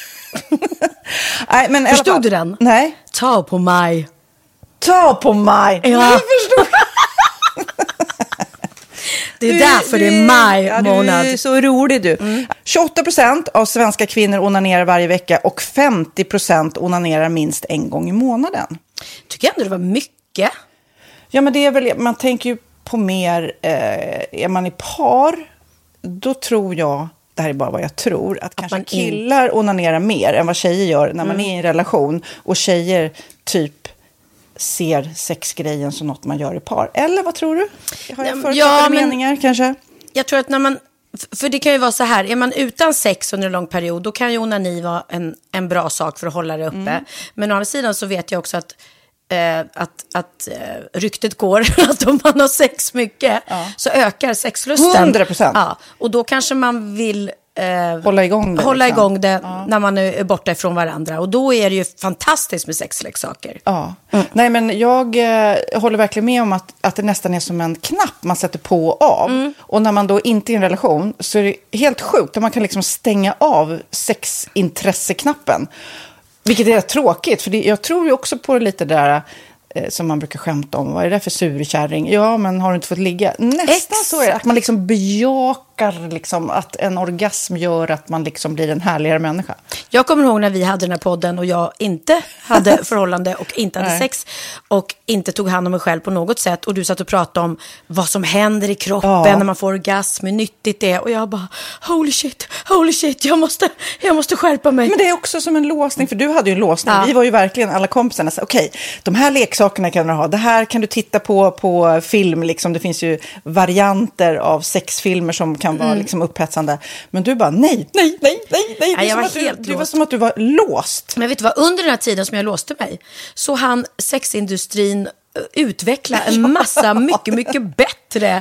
Nej, men förstod du den? Nej. Ta på mig. Ta på mig. Ja. Jag förstod. Det är därför det är maj månad. Du är så rolig du. 28% av svenska kvinnor onanerar varje vecka och 50% onanerar minst en gång i månaden. Tycker jag ändå det var mycket. Ja, men det är väl, man tänker ju på mer, är man i par, då tror jag, det här är bara vad jag tror, att kanske killar onanerar mer än vad tjejer gör när man är i en relation och tjejer typ ser sexgrejen som något man gör i par. Eller vad tror du? Har jag förutsatta meningar kanske? Jag tror att när man, för det kan ju vara så här, är man utan sex under en lång period, då kan ju onani vara en bra sak för att hålla det uppe. Men å andra sidan så vet jag också att ryktet går att om man har sex mycket så ökar sexlusten. 100%. Ja, och då kanske man vill hålla igång det när man är borta ifrån varandra. Och då är det ju fantastiskt med sexleksaker. Ja. Nej, men jag håller verkligen med om att det nästan är som en knapp man sätter på och av. Och när man då inte är i en relation så är det helt sjukt att man kan liksom stänga av sexintresseknappen. Vilket är tråkigt, för jag tror ju också på lite där som man brukar skämta om. Vad är det för surkärring? Ja, men har du inte fått ligga? Nästan så är det. Att man liksom bejakar liksom att en orgasm gör att man liksom blir en härligare människa. Jag kommer ihåg när vi hade den här podden och jag inte hade förhållande och inte hade sex och inte tog hand om mig själv på något sätt. Och du satt och pratade om vad som händer i kroppen när man får orgasm, hur nyttigt det är. Och jag bara, holy shit, jag måste skärpa mig. Men det är också som en låsning, för du hade ju en låsning. Vi var ju verkligen alla kompisarna. Okej, de här leksakerna kan du ha. Det här kan du titta på film. Liksom. Det finns ju varianter av sexfilmer som kan vara liksom upphetsande. Men du bara, nej. Nej, det var som att du var låst. Men vet du vad, under den här tiden som jag låste mig så hann sexindustrin utveckla en massa mycket bättre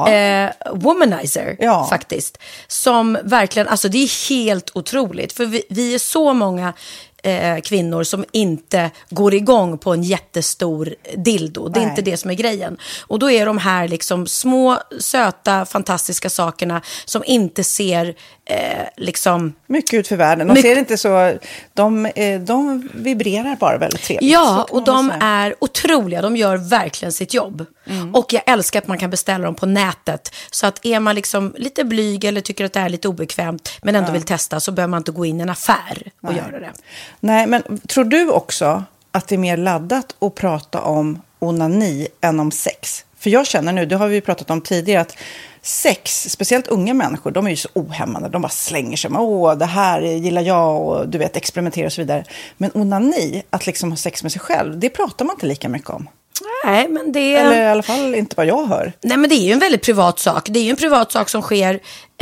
womanizer faktiskt. Som verkligen, alltså det är helt otroligt. För vi är så många kvinnor som inte går igång på en jättestor dildo. Det är inte det som är grejen. Och då är de här liksom små, söta, fantastiska sakerna som inte ser liksom mycket ut för världen. De ser inte så, de vibrerar bara väldigt trevligt. Ja, och de är otroliga. De gör verkligen sitt jobb. Och jag älskar att man kan beställa dem på nätet. Så att är man liksom lite blyg eller tycker att det är lite obekvämt men ändå vill testa, så behöver man inte gå in i en affär och göra det. Nej, men tror du också att det är mer laddat att prata om onani än om sex? För jag känner nu, det har vi pratat om tidigare, att sex, speciellt unga människor, de är ju så ohämmande. De bara slänger sig med, det här gillar jag och du vet, experimentera och så vidare. Men onani, att liksom ha sex med sig själv, det pratar man inte lika mycket om. Nej, men det Eller i alla fall inte vad jag hör. Nej, men det är ju en väldigt privat sak. Det är ju en privat sak som sker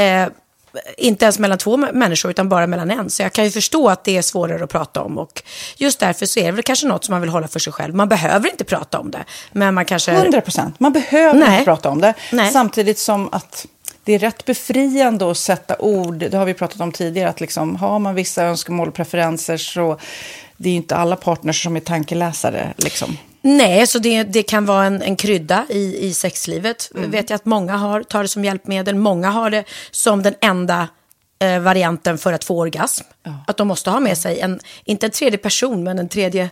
inte ens mellan två människor utan bara mellan en. Så jag kan ju förstå att det är svårare att prata om. Och just därför så är det väl kanske något som man vill hålla för sig själv. Man behöver inte prata om det. Men man kanske... 100%. Man behöver inte prata om det. Nej. Samtidigt som att det är rätt befriande att sätta ord. Det har vi pratat om tidigare. Att liksom, har man vissa önskemål och preferenser så det är ju inte alla partners som är tankeläsare liksom. Nej, så det kan vara en krydda i sexlivet. Vet jag att många tar det som hjälpmedel. Många har det som den enda varianten för att få orgasm. Att de måste ha med sig inte en tredje person, men en tredje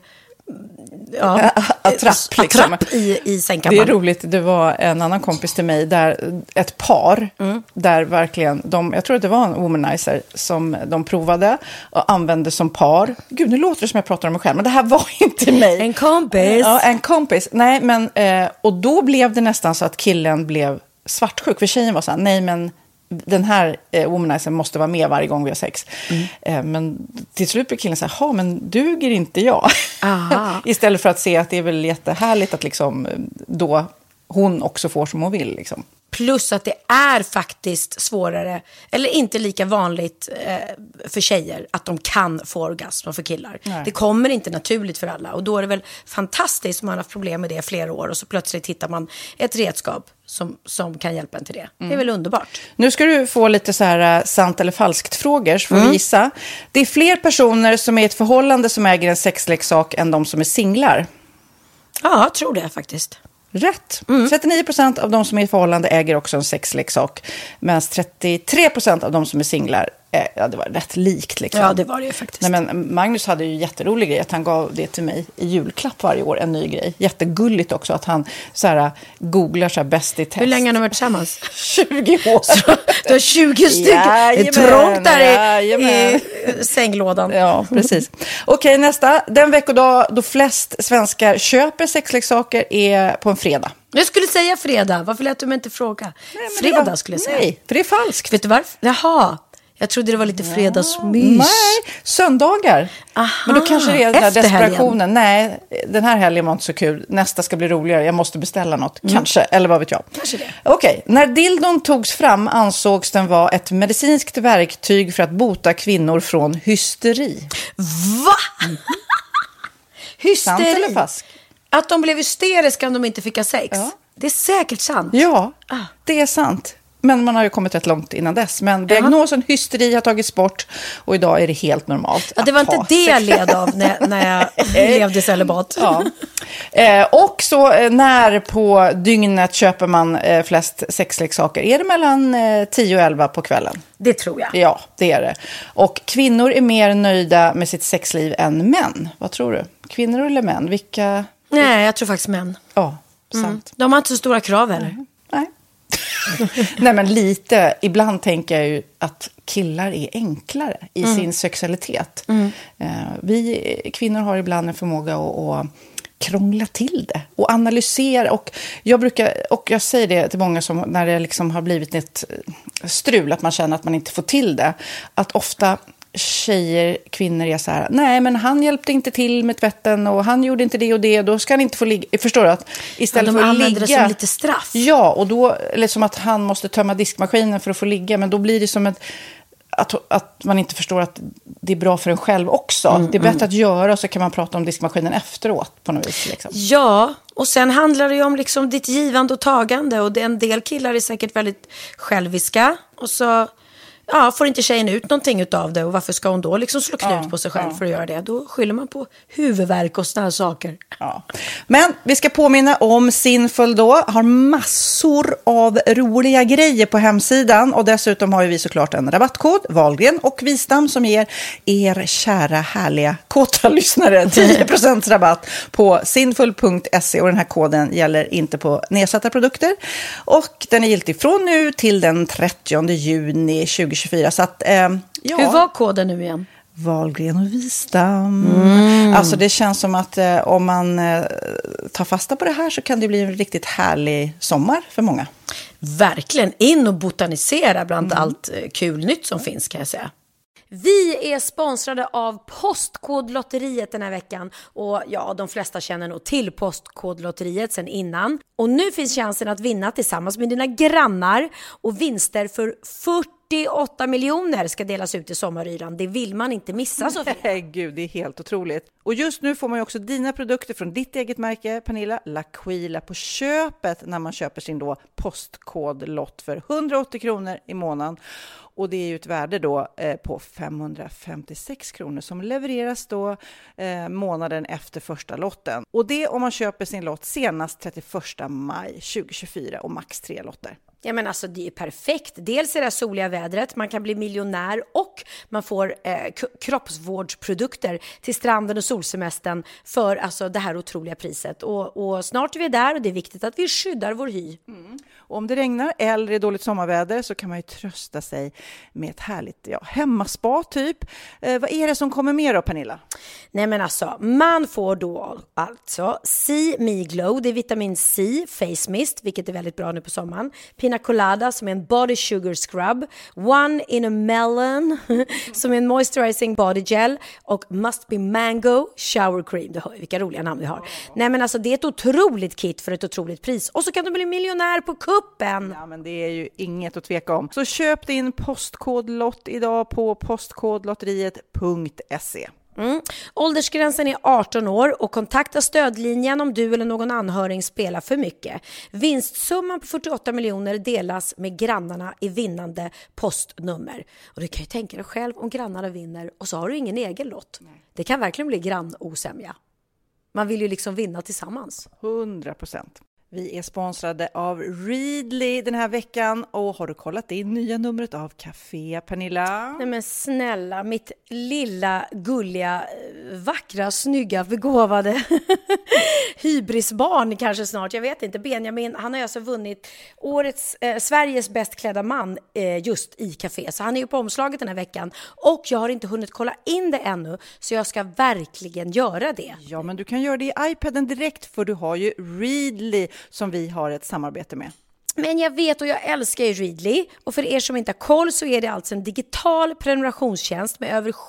attrapp i sängkammaren. Det är roligt, det var en annan kompis till mig där ett par, där verkligen jag tror att det var en womanizer som de provade och använde som par. Gud, nu låter det som jag pratar om mig själv, men det här var inte mig. En kompis. Ja, en kompis. Nej, men och då blev det nästan så att killen blev svartsjuk, för tjejen var så här, nej men den här womanizern måste vara med varje gång vi har sex. Men till slut blir killen så här, men duger inte jag? Istället för att se att det är väl jättehärligt att liksom, då hon också får som hon vill. Liksom. Plus att det är faktiskt svårare, eller inte lika vanligt för tjejer att de kan få orgasm för killar. Nej. Det kommer inte naturligt för alla. Och då är det väl fantastiskt om man har haft problem med det flera år och så plötsligt hittar man ett redskap som kan hjälpa en till det. Det är väl underbart. Nu ska du få lite så här sant eller falskt frågor, så får vi gissa. Det är fler personer som är i ett förhållande som äger en sexleksak än de som är singlar. Ja, jag tror det faktiskt. Rätt. 39% av de som är i förhållande äger också en sexleksak. Medan 33% av de som är singlar, det var rätt likt. Liksom. Ja, det var det ju faktiskt. Nej, men Magnus hade ju jätterolig grej att han gav det till mig i julklapp varje år, en ny grej. Jättegulligt också att han så här, googlar så här bäst i test. Hur länge har ni varit tillsammans? 20 år. Så, du har 20 stycken. Det är trångt där i sänglådan. Ja, precis. Okej, nästa. Den veckodag då flest svenskar köper sexleksaker är på en fredag. Jag skulle säga fredag. Varför lät du mig inte fråga? Fredag skulle jag säga. Nej, för det är falskt. Vet du varför? Jaha. Jag trodde det var lite fredagsmys. Nej, söndagar. Aha, men då kanske det är den där desperationen. Helgen. Nej, den här helgen var inte så kul. Nästa ska bli roligare. Jag måste beställa något. Kanske, eller vad vet jag. Kanske det. Okej, när dildon togs fram ansågs den vara ett medicinskt verktyg för att bota kvinnor från hysteri. Va? Hysteri? Sant eller falskt? Att de blev hysteriska om de inte fick ha sex. Ja. Det är säkert sant. Ja, det är sant. Men man har ju kommit rätt långt innan dess. Men diagnosen hysteri har tagits bort och idag är det helt normalt. Ja, det var inte det jag led av när jag levde celibat. Ja. Och så när på dygnet köper man flest sexleksaker? Är det mellan 10 och 11 på kvällen? Det tror jag. Ja, det är det. Och kvinnor är mer nöjda med sitt sexliv än män. Vad tror du? Kvinnor eller män? Vilka? Nej, jag tror faktiskt män. Ja, sant. De har inte så stora krav heller. Nej. Nej, men lite. Ibland tänker jag ju att killar är enklare i sin sexualitet. Vi kvinnor har ibland en förmåga att krångla till det och analysera. Och jag säger det till många som när det liksom har blivit ett strul, att man känner att man inte får till det. Att ofta kvinnor är så här, nej men han hjälpte inte till med tvätten och han gjorde inte det och det, då ska han inte få ligga. Förstår du? Att istället för att ligga, det som lite straff. Ja, och då eller som att han måste tömma diskmaskinen för att få ligga, men då blir det som att man inte förstår att det är bra för en själv också. Det är bättre att göra, och så kan man prata om diskmaskinen efteråt på något vis. Liksom. Ja, och sen handlar det ju om liksom ditt givande och tagande, och en del killar är säkert väldigt själviska, och så får inte tjejen ut någonting utav det, och varför ska hon då liksom slå knut på sig själv för att göra det? Då skyller man på huvudvärk och såna här saker. Ja. Men vi ska påminna om Sinful då. Har massor av roliga grejer på hemsidan, och dessutom har vi såklart en rabattkod, Wahlgren och Wistam, som ger er kära, härliga, kåta lyssnare 10% rabatt på sinful.se, och den här koden gäller inte på nedsatta produkter, och den är giltig från nu till den 30 juni 2024. Så att, hur var koden nu igen? Wahlgren och Wistam. Alltså det känns som att om man tar fasta på det här så kan det bli en riktigt härlig sommar för många. Verkligen, in och botanisera bland allt kul nytt som finns, kan jag säga. Vi är sponsrade av Postkodlotteriet den här veckan, och de flesta känner nog till Postkodlotteriet sedan innan. Och nu finns chansen att vinna tillsammans med dina grannar, och vinster för 48 miljoner ska delas ut i sommaryran. Det vill man inte missa, Sofia. Gud, det är helt otroligt. Och just nu får man ju också dina produkter från ditt eget märke, Pernilla, L'Aquila, på köpet när man köper sin då postkodlott för 180 kronor i månaden. Och det är ju ett värde då på 556 kronor som levereras då månaden efter första lotten. Och det om man köper sin lott senast 31 maj 2024 och max 3 lotter. Ja, men alltså det är perfekt. Dels är det soliga vädret, man kan bli miljonär och man får kroppsvårdsprodukter till stranden och solsemestern för alltså det här otroliga priset. Och snart är vi där och det är viktigt att vi skyddar vår hy. Och om det regnar eller är dåligt sommarväder så kan man ju trösta sig med ett härligt hemmaspa typ. Vad är det som kommer mer då, Pernilla? Nej, men alltså man får då alltså See Me Glow, det är vitamin C face mist, vilket är väldigt bra nu på sommaren. Pina Colada som är en body sugar scrub, One in a Melon som är en moisturizing body gel och Must Be Mango shower cream. Du hör vilka roliga namn vi har. Nej, men alltså det är ett otroligt kit för ett otroligt pris och så kan du bli miljonär på kuppen. Ja, men det är ju inget att tveka om. Så köp din postkodlott idag på postkodlotteriet.se. Åldersgränsen är 18 år och kontakta stödlinjen om du eller någon anhörig spelar för mycket. Vinstsumman på 48 miljoner delas med grannarna i vinnande postnummer. Och du kan ju tänka dig själv om grannarna vinner och så har du ingen egen lott. Nej. Det kan verkligen bli grannosämja. Man vill ju liksom vinna tillsammans. 100%. Vi är sponsrade av Readly den här veckan och har du kollat det nya numret av Café, Pernilla? Nej men snälla, mitt lilla, gulliga, vackra, snygga, begåvade hybrisbarn kanske snart, jag vet inte. Benjamin, han har alltså vunnit årets Sveriges bäst klädda man just i Café. Så han är ju på omslaget den här veckan och jag har inte hunnit kolla in det ännu så jag ska verkligen göra det. Ja, men du kan göra det i iPaden direkt för du har ju Readly som vi har ett samarbete med. Men jag vet och jag älskar ju Readly och för er som inte har koll så är det alltså en digital prenumerationstjänst med över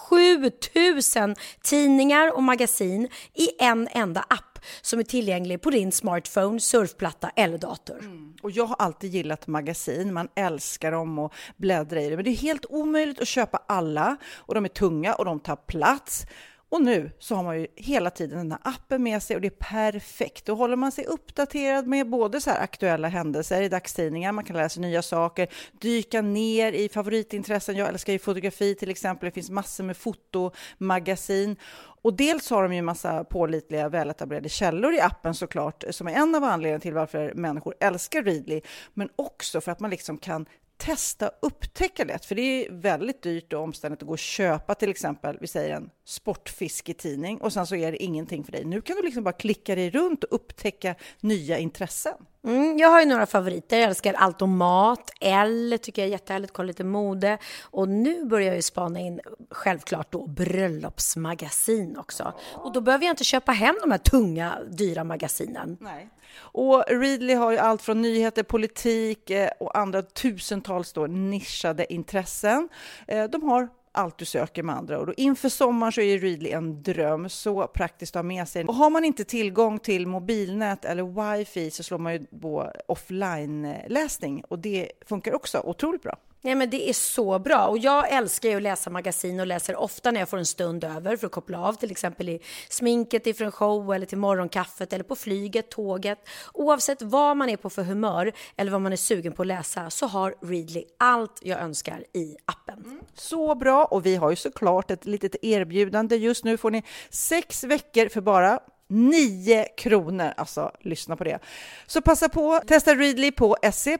7000 tidningar och magasin i en enda app som är tillgänglig på din smartphone, surfplatta eller dator. Och jag har alltid gillat magasin, man älskar dem och bläddra i det, men det är helt omöjligt att köpa alla och de är tunga och de tar plats. Och nu så har man ju hela tiden den här appen med sig och det är perfekt. Då håller man sig uppdaterad med både så här aktuella händelser i dagstidningar. Man kan läsa nya saker, dyka ner i favoritintressen. Jag älskar ju fotografi till exempel. Det finns massor med fotomagasin. Och dels har de ju en massa pålitliga, väletablerade källor i appen såklart. Som är en av anledningarna till varför människor älskar Readly. Men också för att man liksom kan testa upptäcka det. För det är väldigt dyrt och omständigt att gå och köpa till exempel, vi säger en sportfisketidning och sen så är det ingenting för dig. Nu kan du liksom bara klicka dig runt och upptäcka nya intressen. Jag har ju några favoriter. Jag älskar allt om mat. Elle tycker jag är jättehärligt. Kolla lite mode. Och nu börjar jag ju spana in självklart då bröllopsmagasin också. Och då behöver jag inte köpa hem de här tunga, dyra magasinen. Nej. Och Readly har ju allt från nyheter, politik och andra tusentals då nischade intressen. De har allt du söker med andra ord. Och inför sommar så är Readly en dröm, så praktiskt att ha med sig. Och har man inte tillgång till mobilnät eller wifi så slår man ju på offline-läsning och det funkar också otroligt bra. Ja, men det är så bra och jag älskar ju att läsa magasin och läser ofta när jag får en stund över för att koppla av, till exempel i sminket ifrån en show eller till morgonkaffet eller på flyget, tåget. Oavsett vad man är på för humör eller vad man är sugen på att läsa så har Readly allt jag önskar i appen. Så bra, och vi har ju såklart ett litet erbjudande. Just nu får ni 6 veckor för bara 9 kronor, alltså lyssna på det. Så passa på, testa Readly på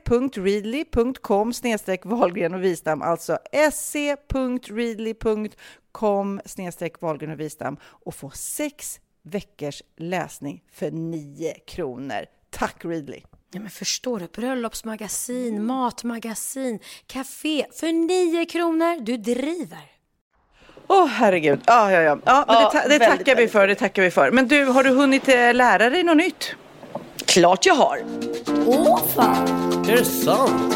se.readly.com/Wahlgren och Wistam, alltså se.readly.com/Wahlgren och Wistam och få 6 veckors läsning för 9 kronor. Tack Readly! Ja, men förstår du, bröllopsmagasin, matmagasin, café för 9 kronor, du driver. Herregud. Ja, men det tackar vi för. Men du, har du hunnit lära dig något nytt? Klart jag har. Fan. Är det sant?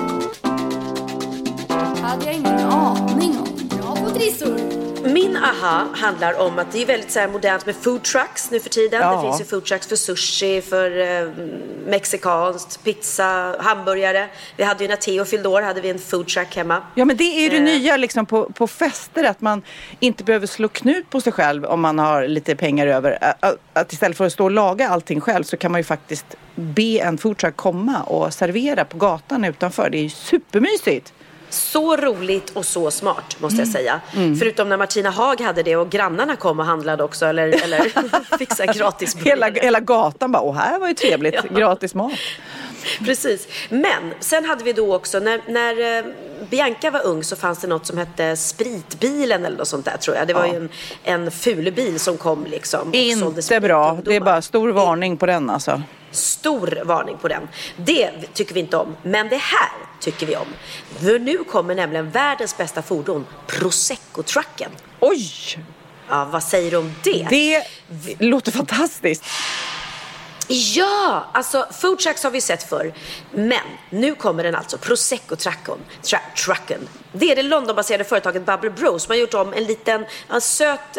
Hade jag ingen aning om. Bra på trissor. Min aha handlar om att det är väldigt så här modernt med food trucks nu för tiden. Ja. Det finns ju food trucks för sushi, för mexikanskt, pizza, hamburgare. Vi hade ju när Theo fyllde år hade vi en food truck hemma. Ja, men det är ju det nya liksom på fester, att man inte behöver slå knut på sig själv om man har lite pengar över. Att istället för att stå och laga allting själv så kan man ju faktiskt be en food truck komma och servera på gatan utanför. Det är ju supermysigt. Så roligt och så smart, måste jag säga. Förutom när Martina Haag hade det och grannarna kom och handlade också. Eller fixa gratis hela gatan bara, här var ju trevligt, gratis mat. Precis. Men sen hade vi då också, när Bianca var ung så fanns det något som hette spritbilen eller något sånt där, tror jag. Det var ju en ful bil som kom liksom. Inte bra. Det är bara stor varning på den alltså. Stor varning på den. Det tycker vi inte om. Men det här tycker vi om. För nu kommer nämligen världens bästa fordon, Prosecco-trucken. Oj! Ja, vad säger du om det? Det låter fantastiskt. Ja, alltså food trucks har vi sett förr. Men nu kommer den alltså, Prosecco-trucken. Det är det Londonbaserade företaget Bubble Bros som har gjort om en liten söt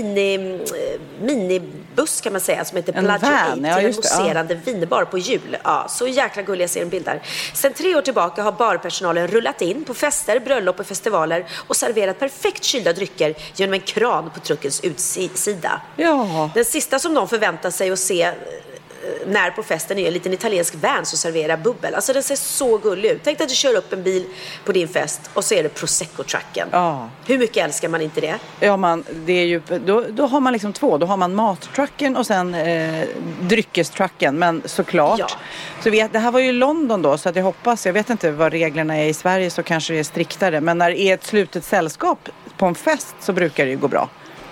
minibuss kan man säga, som heter Plagio 8 till en mousserande vinbar på hjul. Ja, så jäkla gulliga ser en bild där. Sen 3 år tillbaka har barpersonalen rullat in på fester, bröllop och festivaler och serverat perfekt kylda drycker genom en kran på truckens utsida. Ja. Den sista som de förväntar sig att se när på festen är en liten italiensk van som serverar bubbel. Alltså den ser så gullig ut. Tänk att du kör upp en bil på din fest och så är det Prosecco-trucken. Ja. Hur mycket älskar man inte det? Ja, det är ju, då har man liksom 2. Då har man mattrucken och sen dryckestrucken. Men såklart. Så det här var ju London då, så att jag vet inte vad reglerna är i Sverige, så kanske det är striktare. Men när det är ett slutet sällskap på en fest så brukar det ju gå bra.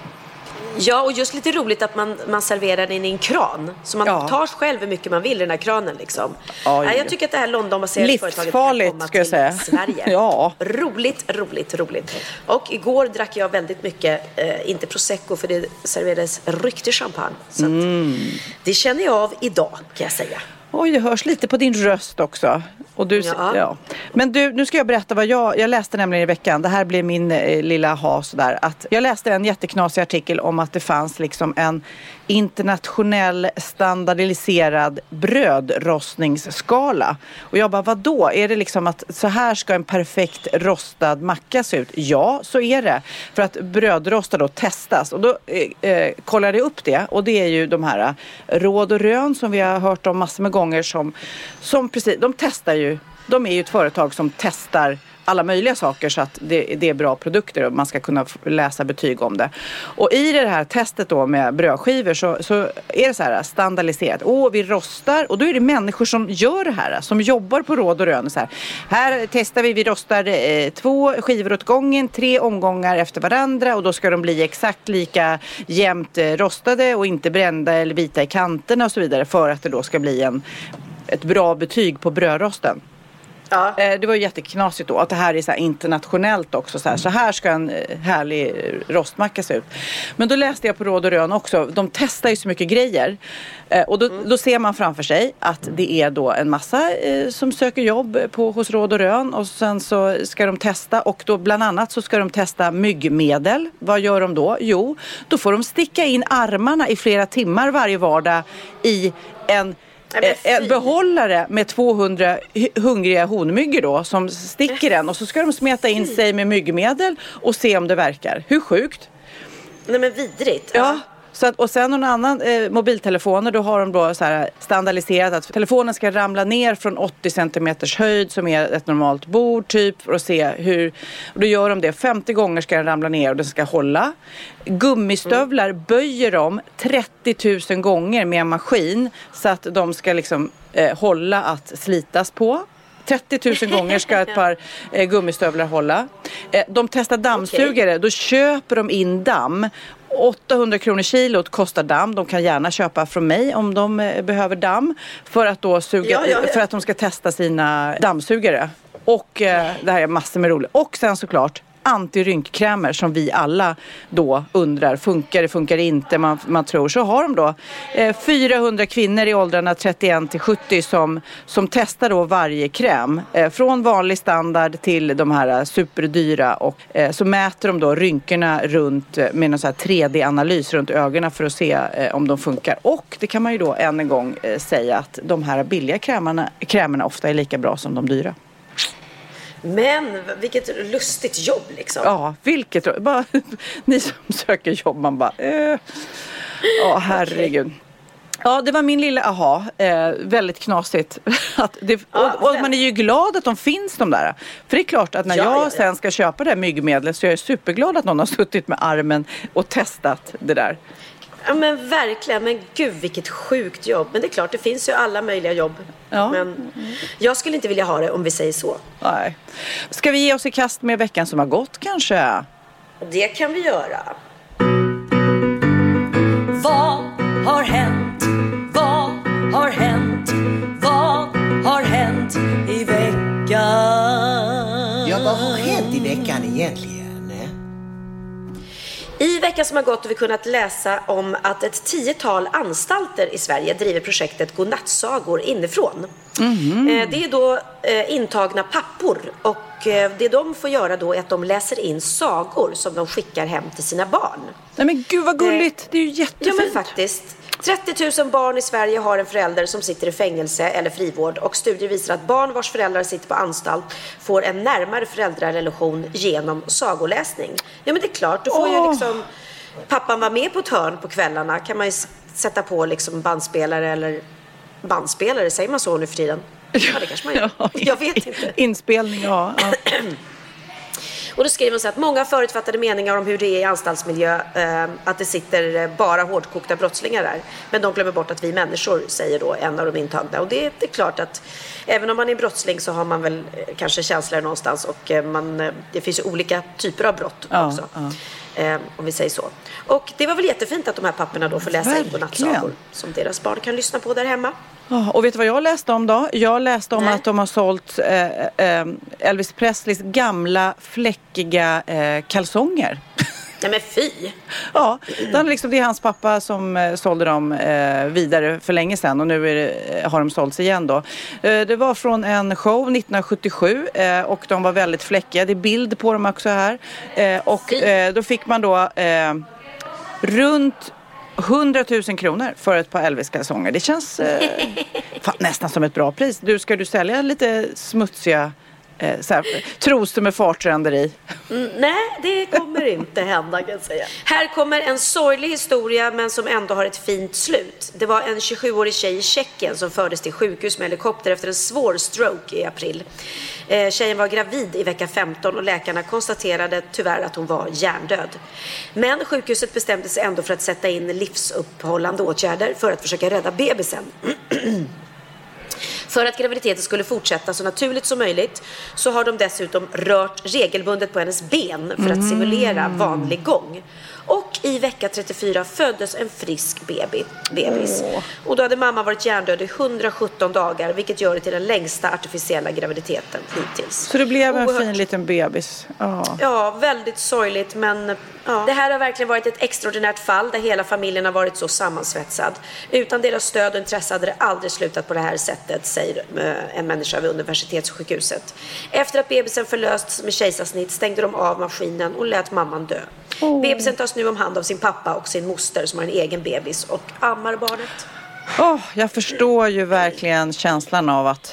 Ja, och just lite roligt att man serverar den i en kran. Så man tar själv hur mycket man vill i den här kranen liksom. Ja, jag tycker att det här Londonbaserade företaget kan komma ska jag säga. till Sverige. Ja. Roligt. Och igår drack jag väldigt mycket, inte Prosecco för det serverades riktig champagne. Så att det känner jag av idag, kan jag säga. Oj, det hörs lite på din röst också. Och du, ja. Men du, nu ska jag berätta vad jag läste nämligen i veckan. Det här blev min lilla has där. Att jag läste en jätteknasig artikel om att det fanns liksom en internationell standardiserad brödrostningsskala. Och jag bara, vadå? Är det liksom att så här ska en perfekt rostad macka se ut? Ja, så är det. För att brödrosta då testas. Och då kollade jag upp det. Och det är ju de här Råd och Rön som vi har hört om massor med gånger som precis, de testar ju. De är ju ett företag som testar alla möjliga saker så att det är bra produkter och man ska kunna läsa betyg om det. Och i det här testet då med brödskivor så är det så här standardiserat. Vi rostar, och då är det människor som gör det här, som jobbar på Råd och Rön. Så här testar vi rostar 2 skivor åt gången, 3 omgångar efter varandra, och då ska de bli exakt lika jämnt rostade och inte brända eller vita i kanterna och så vidare, för att det då ska bli ett bra betyg på brödrosten. Ja. Det var ju jätteknasigt då att det här är så här internationellt också. Så här ska en härlig rostmacka se ut. Men då läste jag på Råd och Rön också. De testar ju så mycket grejer. Och då ser man framför sig att det är då en massa som söker jobb hos Råd och Rön. Och sen så ska de testa. Och då bland annat så ska de testa myggmedel. Vad gör de då? Jo, då får de sticka in armarna i flera timmar varje vardag i en behållare med 200 hungriga honmyggor då som sticker den, och så ska de smeta in sig med myggmedel och se om det verkar. Hur sjukt? Nej, men vidrigt. Ja. Så att, och sen någon annan mobiltelefoner, då har de då så här standardiserat att telefonen ska ramla ner från 80 cm höjd som är ett normalt bord typ, för att se hur, och då gör de det 50 gånger ska den ramla ner och den ska hålla. Gummistövlar böjer de 30 000 gånger med en maskin så att de ska liksom hålla att slitas på. 30 000 gånger ska ett par gummistövlar hålla. De testar dammsugare, då köper de in damm. 800 kronor kilot kostar damm. De kan gärna köpa från mig om de behöver damm för att då suga, för att de ska testa sina dammsugare. Och det här är massor med roligt. Och sen såklart antirynkkrämer som vi alla då undrar, funkar det inte, man tror. Så har de då 400 kvinnor i åldrarna 31 till 70 som testar då varje kräm. Från vanlig standard till de här superdyra, och så mäter de då rynkorna runt med någon så här 3D-analys runt ögonen för att se om de funkar. Och det kan man ju då än en gång säga att de här billiga krämerna ofta är lika bra som de dyra. Men vilket lustigt jobb liksom. Ja, vilket bara, ni som söker jobb, man bara herregud. Okay. Ja, det var min lilla väldigt knasigt att och man är ju glad att de finns, de där. För det är klart att när jag sen ska köpa det här myggmedlet så är jag superglad att någon har suttit med armen och testat det där. Ja men verkligen, men gud vilket sjukt jobb. Men det är klart, det finns ju alla möjliga jobb. Ja. Men jag skulle inte vilja ha det om vi säger så. Nej. Ska vi ge oss i kast med veckan som har gått kanske? Det kan vi göra. Vad har hänt? Vad har hänt? Vad har hänt i veckan? Ja, vad har hänt i veckan egentligen? I veckan som har gått har vi kunnat läsa om att ett 10-tal anstalter i Sverige driver projektet Godnattsagor inifrån. Det är då intagna pappor och det de får göra då är att de läser in sagor som de skickar hem till sina barn. Nej men gud vad gulligt, det är ju jättefint. Ja men faktiskt. 30 000 barn i Sverige har en förälder som sitter i fängelse eller frivård och studier visar att barn vars föräldrar sitter på anstalt får en närmare föräldrarelation genom sagoläsning. Ja men det är klart, då får ju liksom pappan vara med på ett hörn på kvällarna. Kan man ju sätta på liksom bandspelare, säger man så nu för tiden? Ja det kanske man gör. Jag vet inte. Inspelning, ja. Och då skriver man så att många förutfattade meningar om hur det är i anstaltsmiljö, att det sitter bara hårdkokta brottslingar där. Men de glömmer bort att vi människor, säger då en av de intagna. Och det är klart att även om man är brottsling så har man väl kanske känslor någonstans. Och det finns ju olika typer av brott också. Om vi säger så. Och det var väl jättefint att de här papporna då får läsa in godnattsagor som deras barn kan lyssna på där hemma. Och vet du vad jag läste om då? Jag läste om att de har sålt Elvis Presleys gamla fläckiga kalsonger. Nej men fy! Ja, det är hans pappa som sålde dem vidare för länge sedan och nu har de sålts igen då. Det var från en show 1977 och de var väldigt fläckiga. Det är bild på dem också här. Och då fick man då runt 100 000 kronor för ett par Elvis-kalsonger. Det känns nästan som ett bra pris. Ska du sälja lite smutsiga trosor med fartränder i? Nej, det kommer inte hända kan jag säga. Här kommer en sorglig historia men som ändå har ett fint slut. Det var en 27-årig tjej i Tjeckien som fördes till sjukhus med helikopter efter en svår stroke i april. Tjejen var gravid i vecka 15 och läkarna konstaterade tyvärr att hon var hjärndöd. Men sjukhuset bestämde sig ändå för att sätta in livsuppehållande åtgärder för att försöka rädda bebisen. För att graviditeten skulle fortsätta så naturligt som möjligt så har de dessutom rört regelbundet på hennes ben för att simulera vanlig gång. Och i vecka 34 föddes en frisk bebis. Och då hade mamma varit hjärndöd i 117 dagar, vilket gör det till den längsta artificiella graviditeten hittills. Så det blev en fin liten bebis. Ja, väldigt sorgligt, men det här har verkligen varit ett extraordinärt fall där hela familjen har varit så sammansvetsad. Utan deras stöd och intresse hade det aldrig slutat på det här sättet, säger en människa vid universitetssjukhuset. Efter att bebisen förlösts med kejsarsnitt stängde de av maskinen och lät mamman dö. Bebisen tas nu om hand av sin pappa och sin moster som har en egen bebis och ammar barnet. Jag förstår ju verkligen känslan av att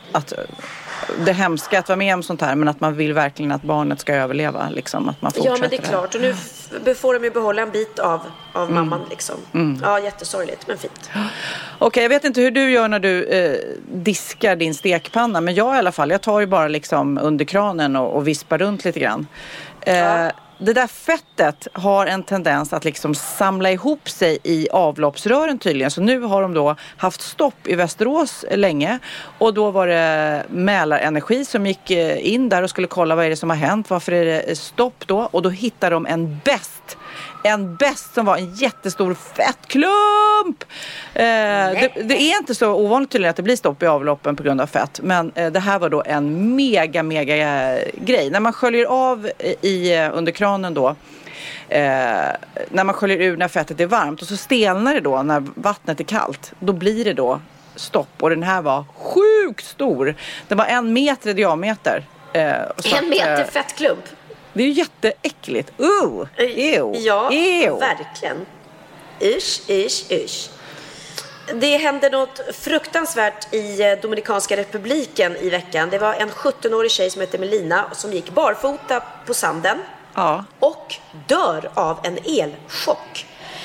det hemska att vara med om sånt här, men att man vill verkligen att barnet ska överleva, liksom, att man fortsätter. Ja, men det är klart. Och nu får de ju behålla en bit av mamman, liksom. Ja, jättesorgligt, men fint. Okej, jag vet inte hur du gör när du diskar din stekpanna, men jag i alla fall, jag tar ju bara liksom under kranen och vispar runt lite grann. Det där fettet har en tendens att liksom samla ihop sig i avloppsrören tydligen. Så nu har de då haft stopp i Västerås länge. Och då var det Mälarenergi som gick in där och skulle kolla vad är det som har hänt. Varför är det stopp då? Och då hittade de en bäst. En bäst som var en jättestor fettklump. Det är inte så ovanligt tydligen att det blir stopp i avloppen på grund av fett. Men det här var då en mega grej. När man sköljer av under kranen då. När man sköljer ur när fettet är varmt. Och så stelnar det då när vattnet är kallt. Då blir det då stopp. Och den här var sjukt stor. Den var 1 meter i diameter. 1 meter fettklump? Det är ju jätteäckligt. Ja, verkligen. Usch. Det hände något fruktansvärt i Dominikanska republiken i veckan. Det var en 17-årig tjej som hette Melina som gick barfota på sanden och dör av en elchock.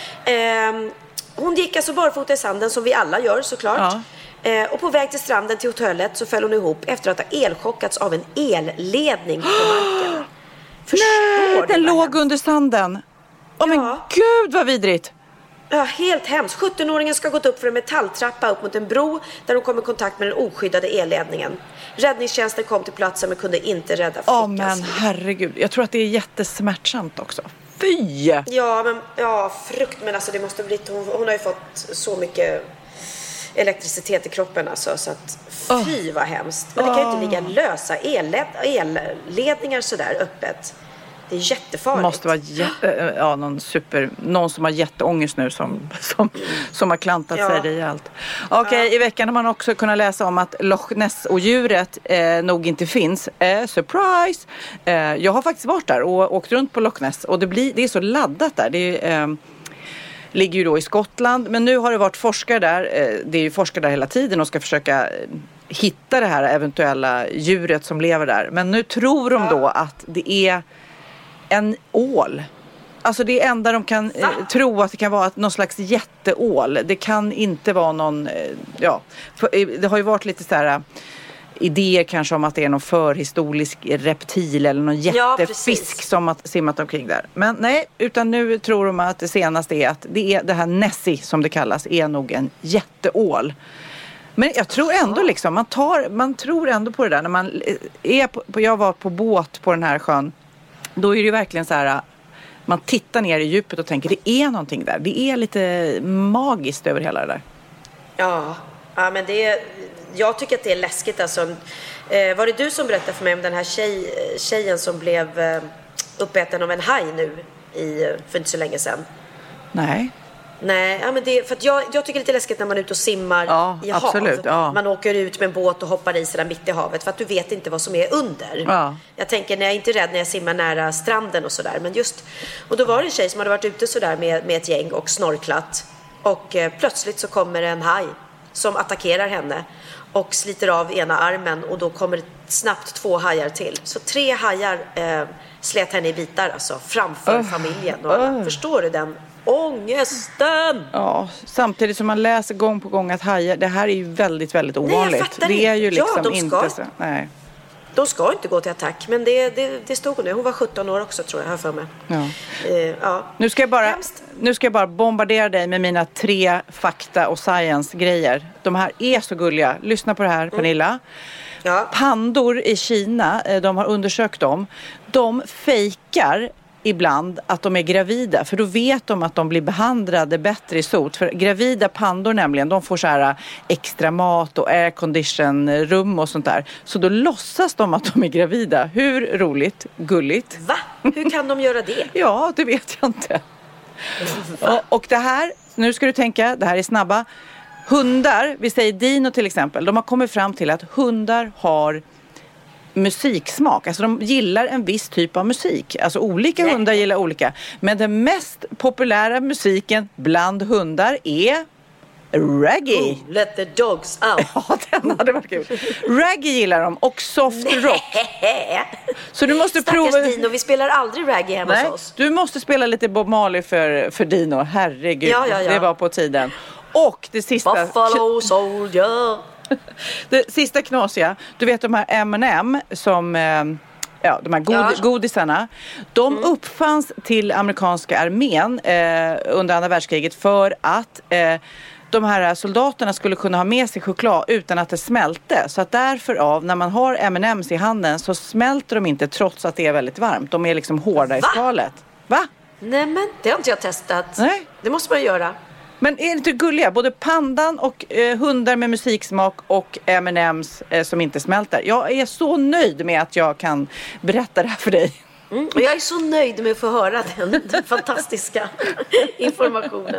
Hon gick alltså barfota i sanden som vi alla gör såklart. Och på väg till stranden till hotellet så föll hon ihop efter att ha elchockats av en elledning på marken. Nej, den låg under sanden. Men gud vad vidrigt. Ja, helt hemskt. 17-åringen ska ha gått upp för en metalltrappa upp mot en bro där de kom i kontakt med den oskyddade elledningen. Räddningstjänsten kom till platsen men kunde inte rädda flickan. Men herregud, jag tror att det är jättesmärtsamt också. Fy! Men alltså det måste bli... Hon har ju fått så mycket elektricitet i kroppen alltså, så att fy vad hemskt. Men det kan ju inte ligga lösa elledningar sådär öppet. Det är jättefarligt. Måste vara någon som har jätteångest nu som har klantat sig rejält. Okej, i veckan har man också kunnat läsa om att Loch Ness-odjuret nog inte finns. Surprise! Jag har faktiskt varit där och åkt runt på Loch Ness och det är så laddat där. Det ligger ju då i Skottland, men nu har det varit forskare där. Det är ju forskare där hela tiden och ska försöka hitta det här eventuella djuret som lever där. Men nu tror de då att det är en ål. Alltså det enda de kan tro att det kan vara någon slags jätteål. Det kan inte vara någon, det har ju varit lite så här idéer kanske om att det är någon förhistorisk reptil eller någon jättefisk som har simmat omkring där. Men nej, utan nu tror de att det senaste är att det här Nessie som det kallas är nog en jätteål. Men jag tror ändå liksom, man tror ändå på det där när man är jag var på båt på den här sjön. Då är det ju verkligen så här, man tittar ner i djupet och tänker det är någonting där. Det är lite magiskt över hela det där. Ja men jag tycker att det är läskigt alltså. Var det du som berättade för mig om den här tjejen som blev uppäten av en haj nu för inte så länge sedan? Nej, men det, för att jag tycker det är lite läskigt när man är ute och simmar i absolut, hav. Man åker ut med en båt och hoppar i sig där mitt i havet för att du vet inte vad som är under. Jag tänker, när jag är inte rädd när jag simmar nära stranden och sådär. Men och då var det en tjej som hade varit ute sådär med ett gäng och snorklat. Och plötsligt så kommer en haj som attackerar henne och sliter av ena armen och då kommer snabbt 2 hajar till. Så 3 hajar slet henne i bitar alltså, framför familjen. Och förstår du den ångesten? Ja, samtidigt som man läser gång på gång att hajar, det här är ju väldigt, väldigt ovanligt. Det är ju liksom inte så. Nej. De ska inte gå till attack, men det stod nu. Hon var 17 år också tror jag, här för mig. Nu ska jag bara bombardera dig med mina 3 fakta och science-grejer. De här är så gulliga. Lyssna på det här, Pernilla. Pandor i Kina, de har undersökt dem. De fejkar ibland att de är gravida, för då vet de att de blir behandlade bättre i sot. För gravida pandor nämligen, de får så här extra mat och aircondition rum och sånt där. Så då låtsas de att de är gravida. Hur roligt? Gulligt. Va? Hur kan de göra det? Ja, det vet jag inte. Och det här, nu ska du tänka, det här är snabba. Hundar, vi säger Dino till exempel, de har kommit fram till att hundar har musiksmak. Alltså de gillar en viss typ av musik. Alltså olika hundar gillar olika. Men den mest populära musiken bland hundar är reggae. Let the dogs out. Ja, den hade varit kul. Reggae gillar de och soft rock. Så du måste prova. Stackars Dino, vi spelar aldrig reggae hemma hos oss. Du måste spela lite Bob Marley för Dino. Herregud, det var på tiden. Och det sista... Buffalo Soldier. Det sista knasiga, du vet de här M&M som de här godisarna, de uppfanns till amerikanska armén under andra världskriget för att de här soldaterna skulle kunna ha med sig choklad utan att det smälte. Så att därför när man har M&M's i handen så smälter de inte trots att det är väldigt varmt. De är liksom hårda i skalet. Va? Nej men det har inte jag testat. Nej. Det måste man göra. Men är det inte gulliga? Både pandan och hundar med musiksmak och M&M's som inte smälter. Jag är så nöjd med att jag kan berätta det här för dig. Och jag är så nöjd med att få höra den fantastiska informationen.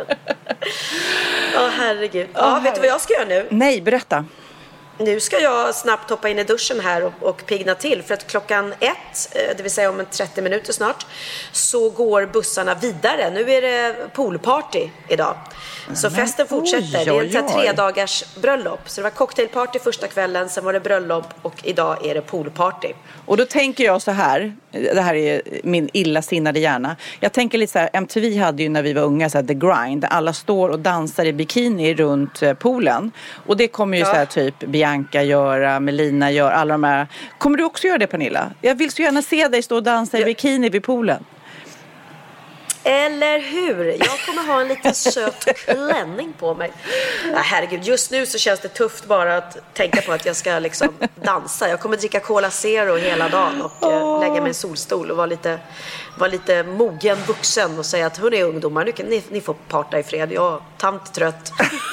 Herregud. Vet du vad jag ska göra nu? Nej, berätta. Nu ska jag snabbt hoppa in i duschen här och pigna till. För att 1:00, det vill säga om 30 minuter snart, så går bussarna vidare. Nu är det poolparty idag. Så festen fortsätter. Det är en 3 dagars bröllop. Så det var cocktailparty första kvällen, sen var det bröllop och idag är det poolparty. Och då tänker jag så här, det här är min illasinnade hjärna. Jag tänker lite så här, MTV hade ju när vi var unga så här, The Grind. Alla står och dansar i bikini runt poolen. Och det kommer ju så här typ Bianca göra, Melina gör, alla de här. Kommer du också göra det, Pernilla? Jag vill så gärna se dig stå och dansa i bikini vid poolen. Eller hur? Jag kommer ha en liten söt klänning på mig. Herregud, just nu så känns det tufft bara att tänka på att jag ska liksom dansa. Jag kommer dricka Cola Zero hela dagen och lägga mig i en solstol och vara lite mogen vuxen och säga att hörni ungdomar, nu kan ni får parta i fred. Jag tant trött.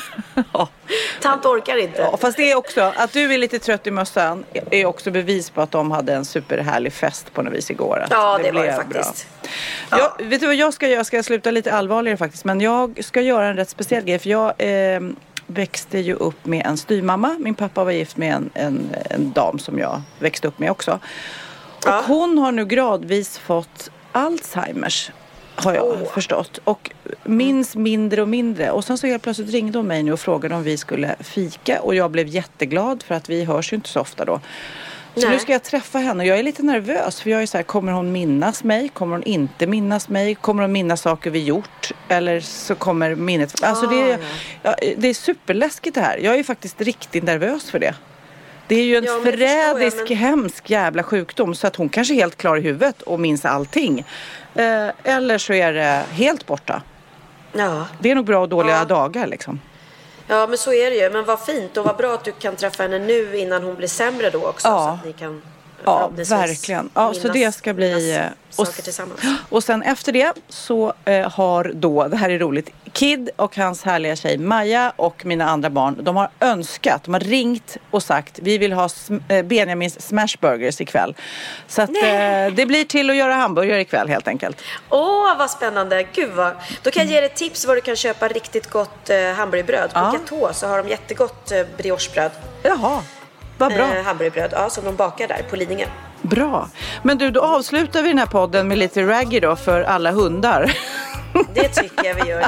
Tant orkar inte. Ja, fast det är också att du är lite trött i mössan är också bevis på att de hade en superhärlig fest på något vis igår. Ja, det var det faktiskt. Ja. Vet du vad jag ska göra? Jag ska sluta lite allvarligare faktiskt. Men jag ska göra en rätt speciell grej. För jag växte ju upp med en styvmamma. Min pappa var gift med en dam som jag växte upp med också. Och hon har nu gradvis fått Alzheimers. Har jag förstått. Och minns mindre och mindre. Och sen så helt plötsligt ringde hon mig nu och frågade om vi skulle fika. Och jag blev jätteglad för att vi hörs ju inte så ofta då. Så nu ska jag träffa henne och jag är lite nervös. För jag är så här, kommer hon minnas mig? Kommer hon inte minnas mig? Kommer hon minnas saker vi gjort? Eller så kommer minnet... Alltså det är superläskigt det här. Jag är faktiskt riktigt nervös för det. Det är ju en förrädisk, hemsk jävla sjukdom. Så att hon kanske är helt klar i huvudet och minns allting. Eller så är det helt borta. Ja. Det är nog bra och dåliga dagar liksom. Ja, men så är det ju. Men vad fint och vad bra att du kan träffa henne nu innan hon blir sämre då också. Så att ni kan verkligen. Ja, så det ska bli... saker tillsammans. Och sen efter det så har då, det här är roligt, Kid och hans härliga tjej Maja och mina andra barn, de har ringt och sagt vi vill ha Benjamins smashburgers ikväll. Så att det blir till att göra hamburgare ikväll helt enkelt. Vad spännande. Gud vad. Då kan jag ge dig ett tips var du kan köpa riktigt gott hamburgerbröd. På Gatå så har de jättegott briochebröd. Jaha. Vad bra. Hamburgerbröd, som de bakar där på Lidingö. Bra. Men du, då avslutar vi den här podden med lite raggy då för alla hundar. Det tycker jag vi gör.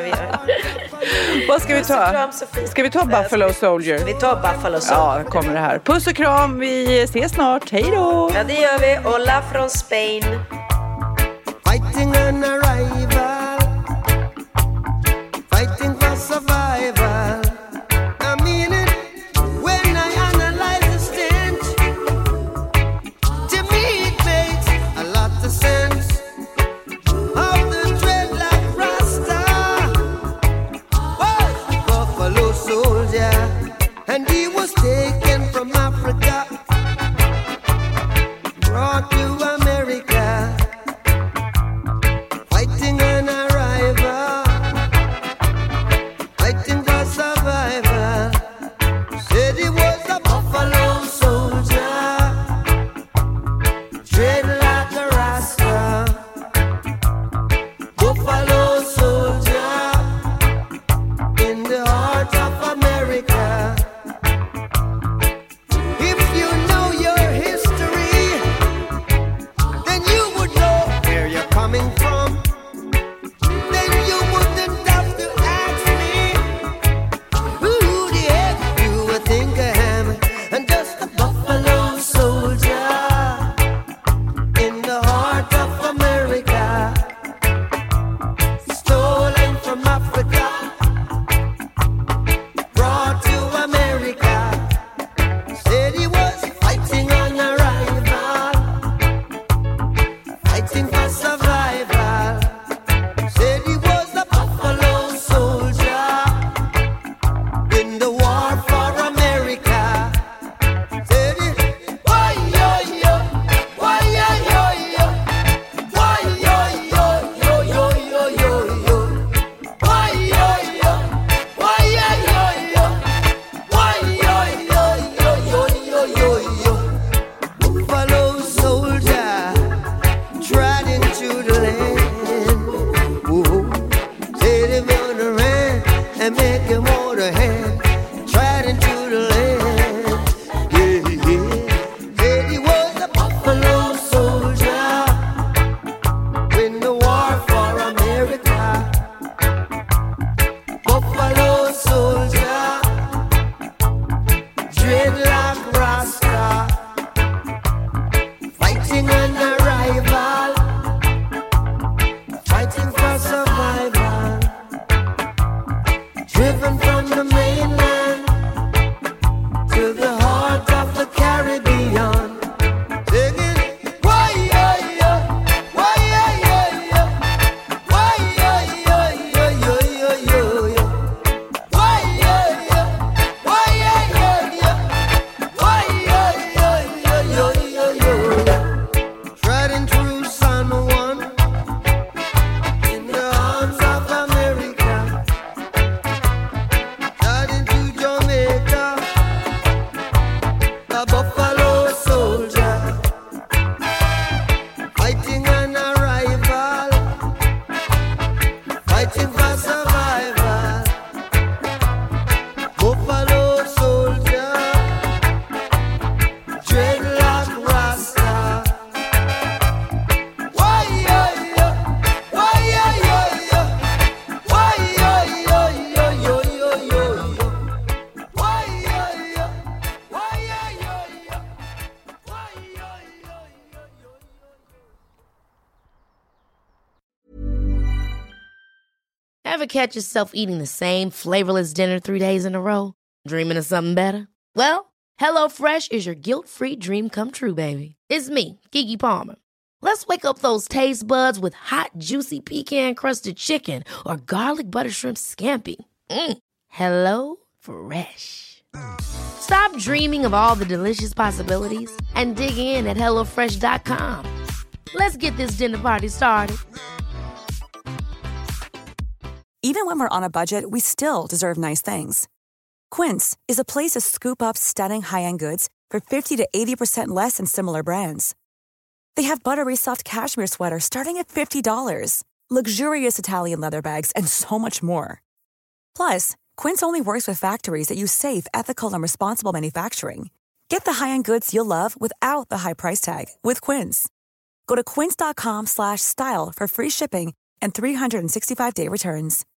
Vad ska vi ta? Ska vi ta Buffalo Soldier? Vi tar Buffalo Soldier. Ja, kommer det här. Puss och kram, vi ses snart. Hej då! Ja, det gör vi. Hola från Spain. Fighting on arrival. Fighting for survival. I mean it. When I analyze the stench, to me it makes a lot of sense. Of the dreadlock Rasta was a Buffalo soldier, and he was taken from Africa, brought to America. Ever catch yourself eating the same flavorless dinner 3 days in a row? Dreaming of something better? Well, HelloFresh is your guilt-free dream come true, baby. It's me, Keke Palmer. Let's wake up those taste buds with hot, juicy pecan-crusted chicken or garlic butter shrimp scampi. Hello Fresh. Stop dreaming of all the delicious possibilities and dig in at HelloFresh.com. Let's get this dinner party started. Even when we're on a budget, we still deserve nice things. Quince is a place to scoop up stunning high-end goods for 50 to 80% less than similar brands. They have buttery soft cashmere sweaters starting at $50, luxurious Italian leather bags, and so much more. Plus, Quince only works with factories that use safe, ethical, and responsible manufacturing. Get the high-end goods you'll love without the high price tag with Quince. Go to quince.com/style for free shipping and 365-day returns.